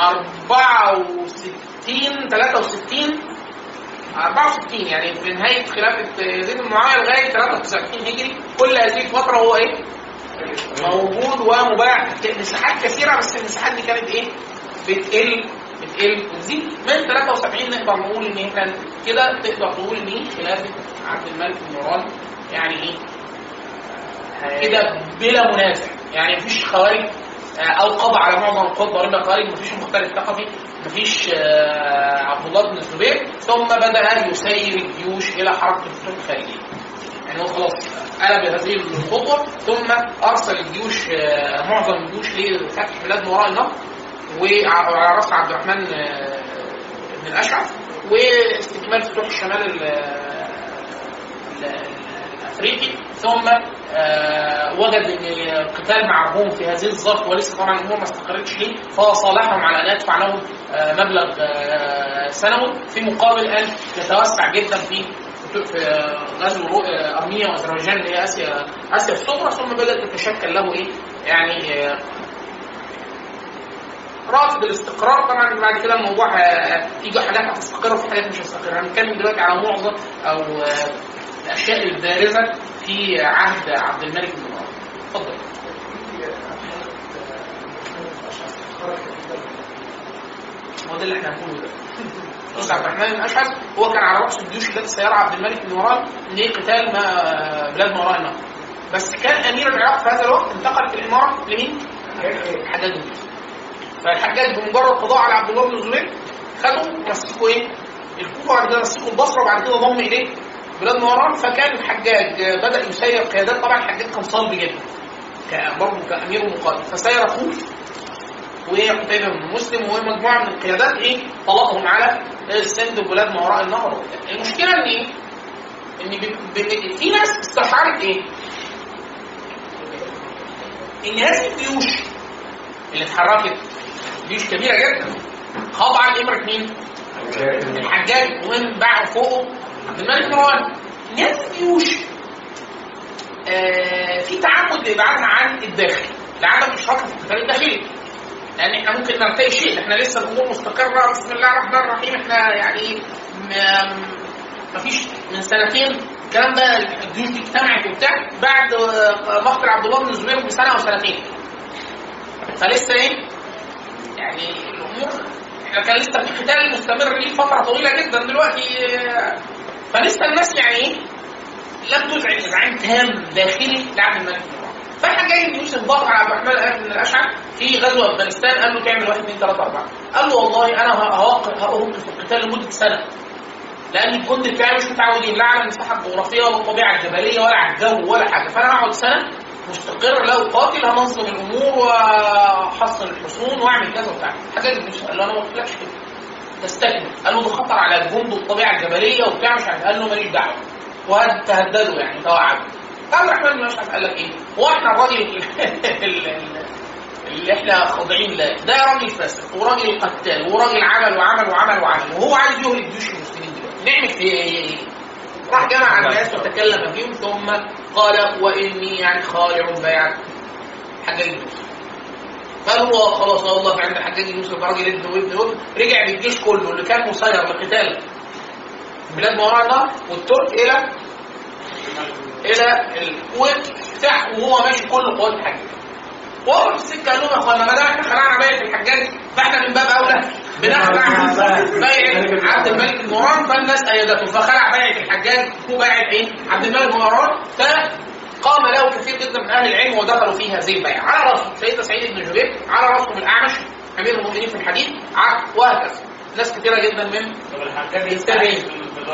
C: 64 يعني في نهاية خلافة يزيد بن معاوية لغاية 73 هجري. كل هذه الفترة هو ايه؟ موجود ومباع. مساحات كثيرة، بس المساحات دي كانت ايه؟ بتقل وتزيد. من 73 نقدر نقول ان احنا كده تقدر تقول ان خلافة عبد الملك بن مروان يعني ايه؟ كده بلا منازع. يعني مفيش خوارج او قضى على معظم القضى ولا خوارج، مفيش مختار الثقفي، مفيش عبد الله بن الزبير. ثم بدأ يسير الجيوش الى حركة الفتوح الخارجية. يعني هو خلاص قلب هذه الخطوة، ثم ارسل الجيوش معظم الجيوش لفتح بلاد ما وراء النهر، وعلى راس عبد الرحمن بن الاشعث، واستكمال فتوح الشمال الافريقي. ثم وجد ان القتال مع الروم في هذه الظرف، ولسه طبعا الامور ما استقرتش ليه، فصالحهم على ان يدفع لهم مبلغ سنوي في مقابل ان يتوسع جدا في غزو ارمينيا واذربيجان اللي هي اسيا الصغرى. ثم بدات تتشكل له ايه يعني رافض الاستقرار. طبعا بعد كده الموضوع تيجي حاجات هتستقر وفي حاجات مش هتستقر. هنتكلم دلوقتي على معظم او الاشياء البارزه في عهد عبد الملك بن مروان. اتفضل. هو ده اللي احنا هنقوله ده. بص، عبد الرحمن بن الاشعث هو كان على راس الجيوش التي سيرها عبد الملك بن مروان لقتال بلاد ما وراء النهر، بس كان امير العراق في هذا الوقت انتقل في الاماره لمين؟ الحجاج بن يوسف. فالحجاج بمجرد قضاء على عبد الله بن الزبير خدوا مسكوا ايه؟ الكوفه، وبعد كده مسكوا البصره، وبعد كده ضم اليه بلاد ما وراء. فكان الحجاج بدا يسير قيادات. طبعا الحجاج كان صلب جدا برضه كامير ومقاتل، فسير خوف وقتيبة بن مسلم ومجموعه من القيادات ايه طلقهم على السند وبلاد ما وراء النهر. المشكله ان ايه؟ ان في ناس استشعرت ايه؟ ان هذه الجيوش اللي اتحركت جيوش كبيره جدا خاضعه لامره مين؟ الحجاج، ومن بعد فوقه عبد الملك بن مروان. ان هذه الجيوش في تعمد لابعادها عن الداخل لعدم اشراكها في القتال الداخلي، لان احنا ممكن نرتقي شيء. احنا لسه الامور مستقره، بسم الله الرحمن الرحيم. احنا يعني ما فيش من سنتين الكلام ده الجيوش دي اجتمعت وبتاع بعد مقتل عبد الله بن الزبير بسنه او سنتين. فلسه ايه يعني الامور، احنا كان لسه في قتال مستمر ليه فتره طويله جدا دلوقتي. فلسه الناس يعني ايه لم تزعج ازعاج تام داخلي لعبد الملك بن مروان. فالحجاج بن يوسف ضغط على عبد الرحمن بن الاشعث في غزوه افغانستان، قال له تعمل 1 2 3 4. قال له والله انا هوقف القتال لمده سنه، لان الجند بتاعي مش متعودين لا على المساحه الجغرافيه ولا الطبيعه الجبليه ولا على الجو ولا حاجه. فانا هقعد سنه مستقر لا اقاتل، هنظم الامور واحصن الحصون واعمل كذا وبتاع. الحجاج بن يوسف قال له انا ما قلتلكش كده، تستكمل. قال له ده خطر على الجند والطبيعه الجبليه وبتاع مش عارف. قال له ماليش دعوه وهتهددوا يعني توعدوا. عبد الرحمن بن اشعث قال لك ايه؟ هو احنا الراجل اللي احنا خاضعين له ده راجل فاسق وراجل قتال وراجل عمل وعمل وعمل وعمل وهو عايز يهلك جيوش المسلمين دلوقتي، نعمل فيه ايه؟ راح جمع الناس وتكلم فيهم ثم قال واني يعني خالع بيعه حجاج بن يوسف. قال هو خلاص الله عند حجاج بن يوسف راجل ابن وابن، رجع بالجيش كله اللي كان مسير لقتال بلاد ما وراء النهر والترك الى الكويت بتاع، وهو ماشي كل قوات الحجاج. وهو في السكه قال لهم يا اخوانا ما دام احنا خلعنا بيعه الحجاج فاحنا من باب اولى بنخلع بيعه عبد الملك بن مروان، فالناس ايدته فخلع بيعه الحجاج وبيعه ايه؟ عبد الملك بن مروان. فقام له كثير جدا من اهل العلم ودخلوا في هذه البيعه. على راسهم سيدنا سعيد بن جبير، على راسهم الاعمش امير المؤمنين في الحديث، وهكذا ناس كثيره جدا من التابعين.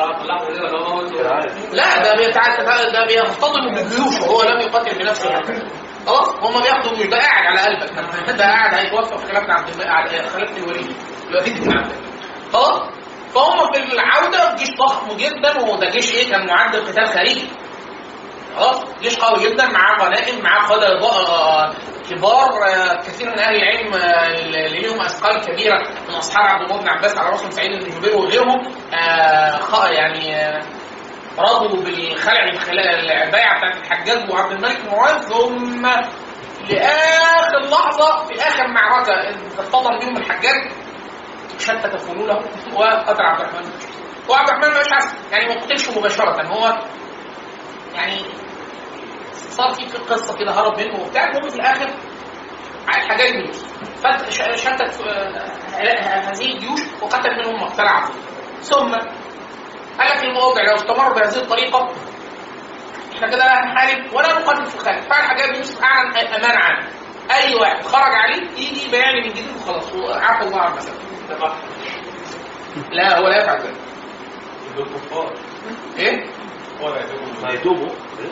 C: لا ده بيصطدم بجيوشه، هو لم يقاتل بنفسه خلاص. هم بياخدوا مش ده قاعد على قلبك، ده قاعد هيتوفى في خلافه الوليد بن عبد الله خلاص. فهم في العوده جيش ضخم جدا، وده جيش ايه؟ كان معد قتال خارجي خلاص، جيش قوي جدا معاه غنائم، معاه قاده كبار. كثير من اهل العلم اللي لهم اثقال كبيره من اصحاب عبد الله بن عباس على راسهم سعيد بن جبير وغيرهم يعني رضوا بالخلع البيعه بتاعت الحجاج وعبد الملك بن مروان. ثم لاخر لحظه في اخر معركه اصطدم بهم الحجاج شتت فلوله وقتل عبد الرحمن. وعبد الرحمن بن اشعث يعني ما قتلش مباشره، هو يعني صار في قصه كده هرب منه وبتاع. المهم في الاخر الحجاج بن يوسف شتت هذه الجيوش وقتل منهم مقتل عبد. ثم قال لك الموضع لو استمر بهذه الطريقه احنا كده لا هنحارب ولا نقاتل في الخارج. فالحجاج بن يوسف اعلن امان عنه، اي واحد خرج عليه يجي بيعني من جديد وخلاص وعفى الله عن المسألة. لا هو لا يفعل ذلك. ايه؟
I: ما يتوبوا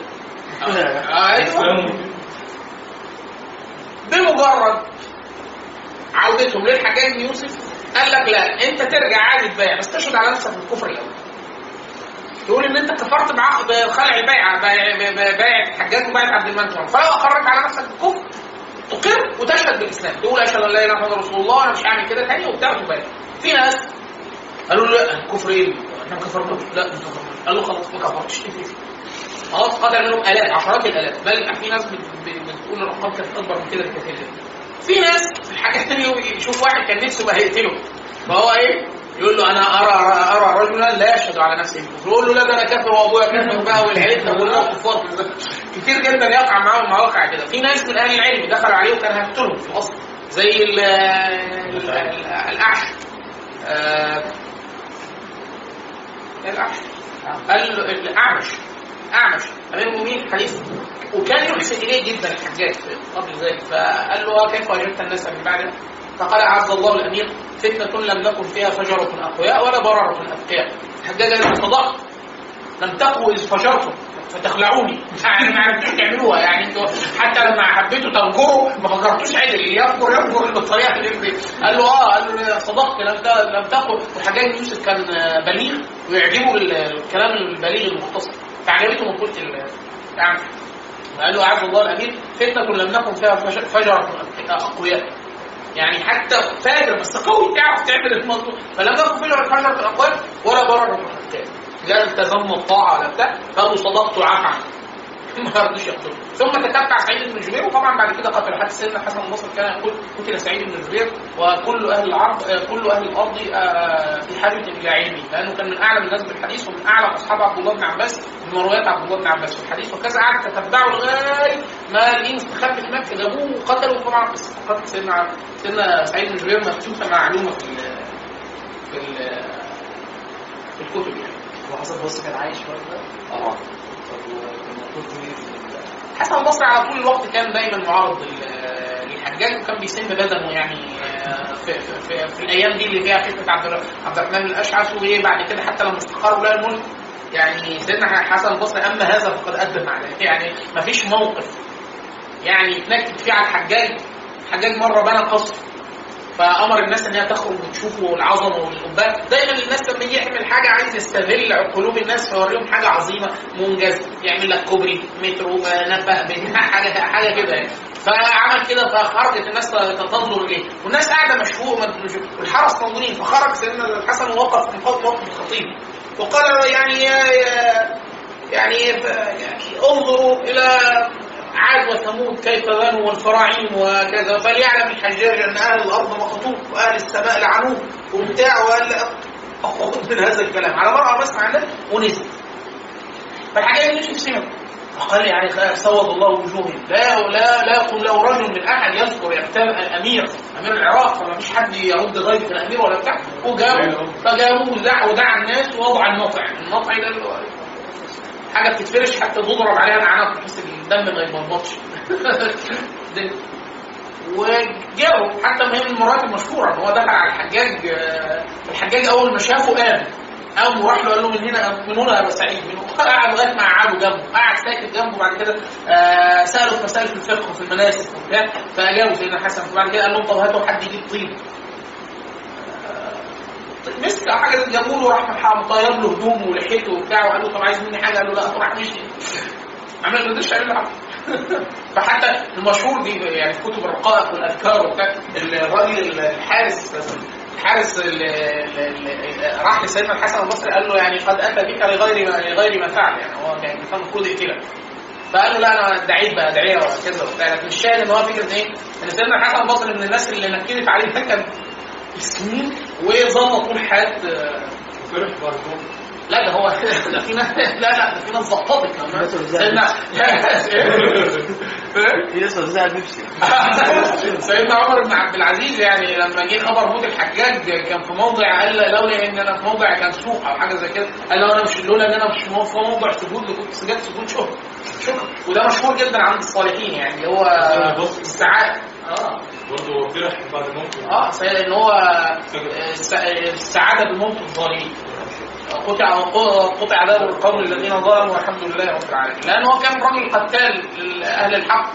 C: بمجرد عودتهم للحجاج بن يوسف قال لك لا انت ترجع عادي تبايع بس تشهد على نفسك بالكفر الاول، تقول ان انت كفرت بخلع البيعه بيعه الحجاج وبيعه عبد الملك، فلو اقررت على نفسك بالكفر تقر وتشهد بالاسلام، تقول اشهد ان لا اله الا الله رسول الله انا مش هعمل كده تاني وبتاع وتبايع. في ناس قالوا له لا الكفر ايه؟ احنا ما كفرناش. لا ما كفرناش. قال له خلاص ما كفرتش خلاص. قتل منهم الاف عشرات الالاف، بل في ناس بتقول الارقام كانت اكبر من كده بكثير. في ناس في الحاجه الثانيه يشوف واحد كان نفسه بقى هيقتله فهو ايه يقول له انا ارى رجلا لا يشهد على نفسه بالكفر، يقول له لا ده انا كافر وابويا كافر بقى والعيله كلها كفار. كتير جدا يقع معاهم مواقع كده. في ناس من اهل العلم دخلوا عليه وكان هيقتلهم في الاصل زي الاعشى الاعمش امير المؤمنين حديث، وكان يحسن اليه جدا الحجاج قبل ذلك. فقال له كيف وجدت الناس من بعدها؟ فقال عز الله الامير فتنه لم نكن فيها فجره اقوياء ولا برره اتقياء. الحجاج انا صدقت لم تقوا اذ فجرتم فتخلعوني، يعني ما عرفتوش تعملوها، يعني انتوا حتى لما حبيتوا تنكروا ما فكرتوش عدل، يفكر بالطريقه اللي قال له قال له صدقت لم تقوا. والحجاج بن يوسف كان بليغ ويعجبه الكلام البليغ المختصر، فعجبته مقوله العمل. قال له عز الله الامير فتنه لم نكن فيها فجره اقوياء، يعني حتى فاجر بس قوي تعرف تعمل الموضوع. فلم نكن فجره اقوياء ولا برر اتقياء، لا التزم الطاعه ولا بتاع. قالوا صدقت وعفى ما رضيش يقتله. ثم تتبع سعيد بن جبير، وطبعا بعد كده قتل. حتى سيدنا الحسن البصري كان يقول قتل سعيد بن جبير وكل اهل الارض في حاجه الى علمه، لانه كان من اعلم الناس بالحديث ومن اعلم اصحاب عبد الله بن عباس من روايات عبد الله بن عباس في الحديث. وكذا قعد تتبعه لغايه ما لقيه مستخبي هناك في جابوه وقتلوا. طبعا قصه سيدنا سعيد بن جبير مكتوبه معلومه في الكتب يعني.
E: وحسن البصري كان عايش وقتها؟
C: حسن البصري على طول الوقت كان دايما معارض للحجاج، وكان بيسن بدنه يعني في الايام دي اللي فيها فتنه عبد الرحمن الاشعث. وبعد كده حتى لما استقر ولاء الملك يعني سيدنا حسن البصري اما هذا فقد قدم عليه، يعني ما فيش موقف يعني يتنكد فيه على الحجاج. الحجاج مره بنى قصر فامر الناس ان هي تخرج وتشوفه العظمه والقبات. دايما الناس لما يجي يعمل حاجه عايز يستغل قلوب الناس فيوريهم حاجه عظيمه منجزه، يعمل لك كوبري مترو نفق حاجه كده يعني. فعمل كده فخرجت الناس تنظر اليه والناس قاعده مشهور والحرس موجودين. فخرج سيدنا الحسن ووقف موقف الخطيب وقال يعني انظروا الى عاد وثمود كيف بنوا والفراعين وكذا، فليعلم الحجاج ان اهل الارض مخطوب واهل السماء لعنوه وبتاع، وقال اخذ من هذا الكلام على مرأة بس عنه ونزل. فالحاجه مش بسمه فقال يعني سود الله وجوههم. لا يقول له رجل من احد يذكر امير العراق فما فيش حد يرد غير الامير ولا بتاع. فجابوه ودعا الناس ووضع النطع ده حاجه بتتفرش حتى تضرب عليها الاعناق بحيث الدم ما يبلبطش. وجاءوا حتى من المرات المشهوره ان هو دخل على الحجاج اول ما شافه قام وراح له قال له من هنا يا ابو سعيد. قعد لغايه ما قعدوا جنبه، قعد ساكت جنبه. بعد كده سالوا في مسائل في الفقه وفي المناسك وبتاع فاجابوا سيدنا الحسن. فبعد كده قال لهم طب هاتوا حد يجيب طين مسك او حاجه زي جابوا له راح مطير له هدومه ولحيته وبتاع وقال له طب عايز مني حاجه؟ قال له لا راح مشي ما قدرش يعمل له. فحتى المشهور دي يعني في كتب الرقائق والاذكار وبتاع الراجل الحارس اللي راح لسيدنا الحسن البصري قال له يعني قد اتى بك لغير ما فعل، يعني هو كان المفروض يقتلك. فقال له لا انا ادعيت بقى ادعيه وكذا وبتاع. لكن الشاهد ان هو فكره ايه؟ ان سيدنا الحسن البصري من الناس اللي نكدت عليه كان سنين وظل طول حياته لا ده هو ده في ناس لا ده في ناس ظبطت كمان
I: في ناس وزعت نفسي.
C: سيدنا عمر بن عبد العزيز يعني لما جه خبر موت الحجاج كان في موضع قال لولا ان انا في موضع كان سوق او حاجه زي كده قال له انا مش لولا ان انا مش في موضع سجود كنت سجدت سجود شكر. وده مشهور جدا عند الصالحين يعني هو السعاده
D: برضه فرح بعد موته
C: سيد ان هو السعاده بموت الظالمين. قطع دابر القوم الذين ظلموا والحمد لله رب العالمين. لان هو كان راجل قتال اهل الحق.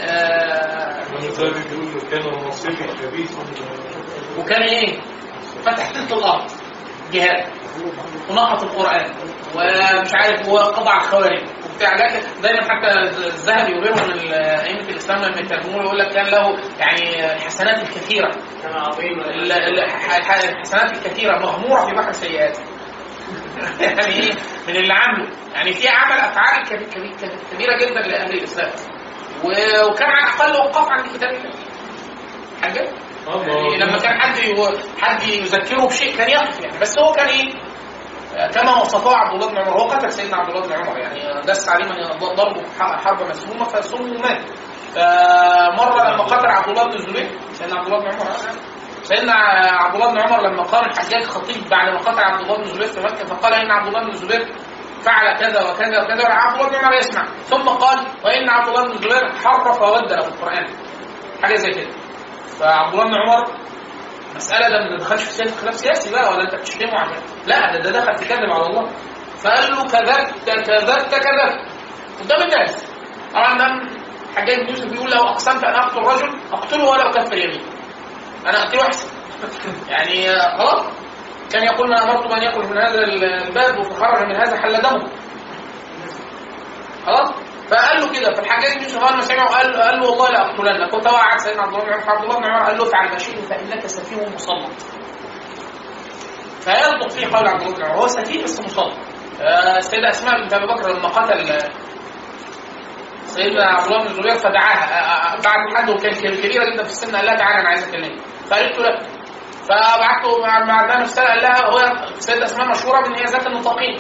D: النبي بيقول كان نصيبي خبيث
C: وكان ايه؟ فتح تلت الارض جهاد ونقط القران ومش عارف هو قضى على الخوارج وبتاع. لكن دايما حتى الذهبي وغيره من ائمه الاسلام لما يترجموا يقول لك كان له يعني الحسنات الكثيره
E: كان عظيم
C: الحسنات الكثيره مغموره في بحر السيئات. يعني ايه من اللي عمله؟ يعني في عمل افعال كبيره جدا لاهل الاسلام وكان على الاقل وقف عن كتاب الله. حاجه يعني لما كان حد يذكره بشيء كان يقف يعني. بس هو كان ايه كما وصفه عبد الله بن عمر. هو قتل سيدنا عبد الله بن عمر يعني دس عليه من ضربه حرب مسمومه فسمه ومات. فمره لما قتل عبد الله بن الزبير سيدنا عبد الله بن عمر سيدنا عبد الله بن عمر لما قام الحجاج خطيب بعد ما قتل عبد الله بن الزبير في مكه فقال ان عبد الله بن الزبير فعل كذا وكذا وكذا. عبد الله بن عمر يسمع ثم قال وان عبد الله بن الزبير حرف وبدل في القران حاجه زي كده. فعبد الله بن عمر مساله ده ما دخلش في خلاف سياسي بقى ولا انت بتشتمه عشان لا ده دخل في كذب على الله. فقال له كذبت قدام الناس. طبعا ده حجاج بن يوسف بيقول لو اقسمت ان اقتل رجل اقتله ولا اكفر يمين انا اقتله احسن. يعني خلاص كان يقول ما امرت من يخرج من هذا الباب وفخرج من هذا حل دمه خلاص. فقال له كده. فالحجاج بن يوسف لما سمعه قال له والله لا اقتلنك. وتوعد سيدنا عبد الله بن عمر. عبد الله بن عمر قال له افعل ما شئت فانك سفيه مسلط. فيصدق فيه قول عبد الله بن عمر هو سفيه بس مسلط. السيده اسماء بنت ابي بكر لما قتل سيدنا عبد الله بن الزبير فدعاها بعد حد وكان كبيره جدا في السن قال لها تعالى انا عايز اكلمك. فقالت له لا. فبعته بعدها نفسها قال لها هو السيده اسماء مشهوره بان هي ذات النطاقين.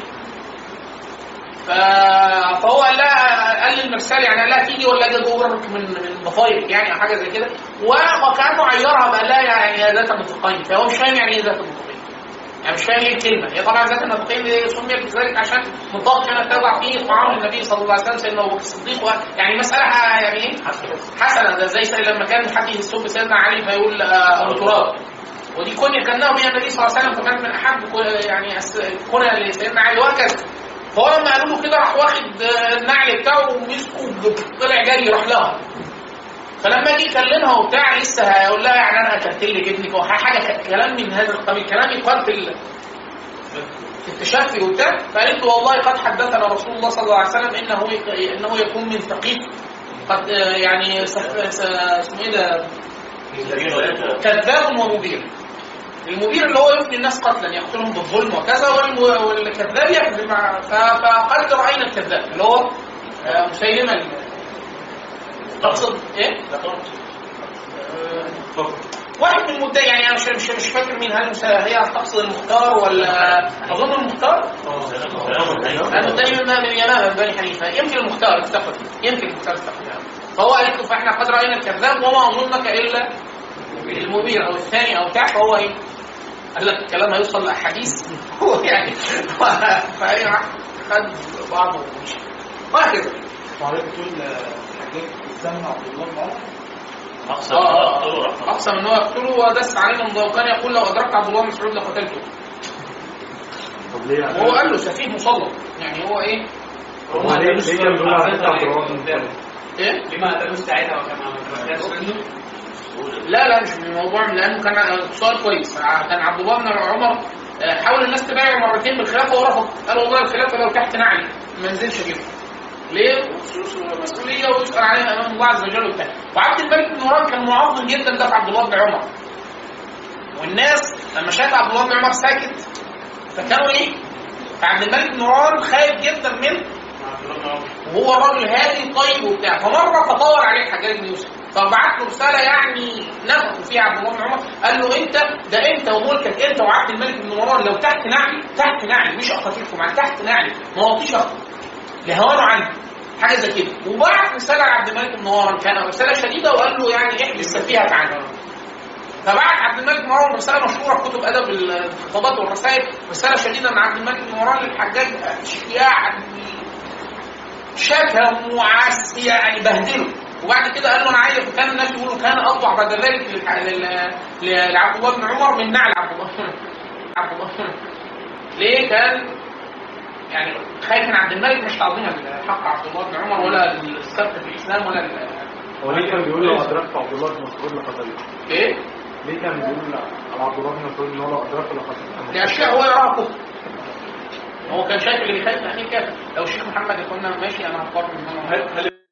C: فهو قال لها قال للمرسال يعني قال لها تيجي ولا اجي اجورك من ضفايرك يعني او حاجه زي كده. وكانه عيرها بقى لها يعني هي ذات النطاقين. فهو مش فاهم يعني ايه ذات النطاقين يعني مش فاهم ايه الكلمه. هي طبعا ذات النطاقين دي سميت بذلك عشان نطاق كانت تضع فيه طعام النبي صلى الله عليه وسلم سيدنا ابو بكر الصديق يعني مساله يعني ايه حسنه. ده زي لما كان حد يسب سيدنا علي فيقول ابو تراب ودي كنيه كانه بها النبي صلى الله عليه وسلم فكانت من احب يعني كنيه لسيدنا علي وهكذا. فهو لما قالوا له كده راح واخد النعل بتاعه ومسكه طلع جاي راح لها فلما اجي اكلمها وبتاع لسه هيقول لها يعني انا قتلت لك ابنك او حاجه كلام من هذا القبيل، كلام يقال في التشفي وبتاع. فقالت له والله قد حدثنا رسول الله صلى الله عليه وسلم انه يكون من ثقيف قد يعني اسمه ايه ده كذاب ومبير. المبير اللي هو يفني الناس قتلا يقتلهم بالظلم وكذا، والكذاب يكذب فقد راينا الكذاب اللي هو مسيلمه. تقصد ايه؟ واحد من المدعي يعني انا مش فاكر مين، هل هي تقصد المختار ولا اظن المختار؟ المدعي من اليمامه من بني حنيفه، يمكن المختار استقبل، فهو قال له فاحنا قد راينا الكذاب وما اظنك الا المبير او الثاني او بتاع. فهو ايه؟ قال لك الكلام هيوصل لاحاديث هو يعني فهي خد بعضه ومشي وهكذا.
K: وعليك تقول حاجات الزمن عبد الله بن عمر
C: اقسم ان هو يقتله ودس عليه من وكان يقول لو ادركت عبد الله بن مسعود لقتلته. وهو قال له سفيه مسلط يعني هو ايه؟
K: هو ليه كان بيقول على عبد الله بن مسعود؟
C: ايه؟
G: لما قتلوه ساعتها وكان عمل
C: لا مش من الموضوع، لانه كان سؤال كويس. كان عبد الله بن عمر حاول الناس تبايعه مرتين بالخلافه ورفض، قال والله الخلافه لو تحت نعلي ما انزلش اجيبها. ليه؟ مسؤوليه ويسال عليها امام الله عز وجل وبتاع. وعبد الملك بن مروان كان معظم جدا ده في عبد الله بن عمر، والناس لما شاف عبد الله بن عمر ساكت فكانوا ايه؟ فعبد الملك بن مروان خايف جدا منه وهو الراجل هادي طيب وبتاع. فمره تطور عليه الحجاج بن يوسف فبعت له رساله يعني نفخوا فيها عبد الله بن عمر، قال له انت وملكك انت وعبد الملك بن مروان لو تحت نعلي مش اقاتلكم على تحت نعلي ما وطيش لهوانه عنه حاجه زي كده. وبعت رساله لعبد الملك بن مروان كان رساله شديده وقال له يعني احبس سفيهك عنه. فبعت عبد الملك بن مروان رساله مشهوره في كتب ادب الخطابات والرسائل، رساله شديده من عبد الملك بن مروان للحجاج يعني شتم وعس يعني بهدله. وبعد كده قال له انا عايز، كان الناس يقولوا كان اطبع بعد ذلك لعبد الله بن عمر من نعل عبد الله ليه؟ كان يعني خايف من عبد الملك مش تعظيم حق عبد الله بن عمر ولا السبق في الاسلام ولا
K: هو ليه كان بيقول لو ادركت عبد الله بن مسعود لقتلته؟
C: ايه؟
K: ليه كان بيقول على عبد الله بن مسعود ان هو لو ادركته لقتلته؟
C: دي اشياء هو يراها كفر. هو كان شايف اللي بيخالف اخيه كافر. لو الشيخ محمد يقول لنا ماشي انا هقرر ان انا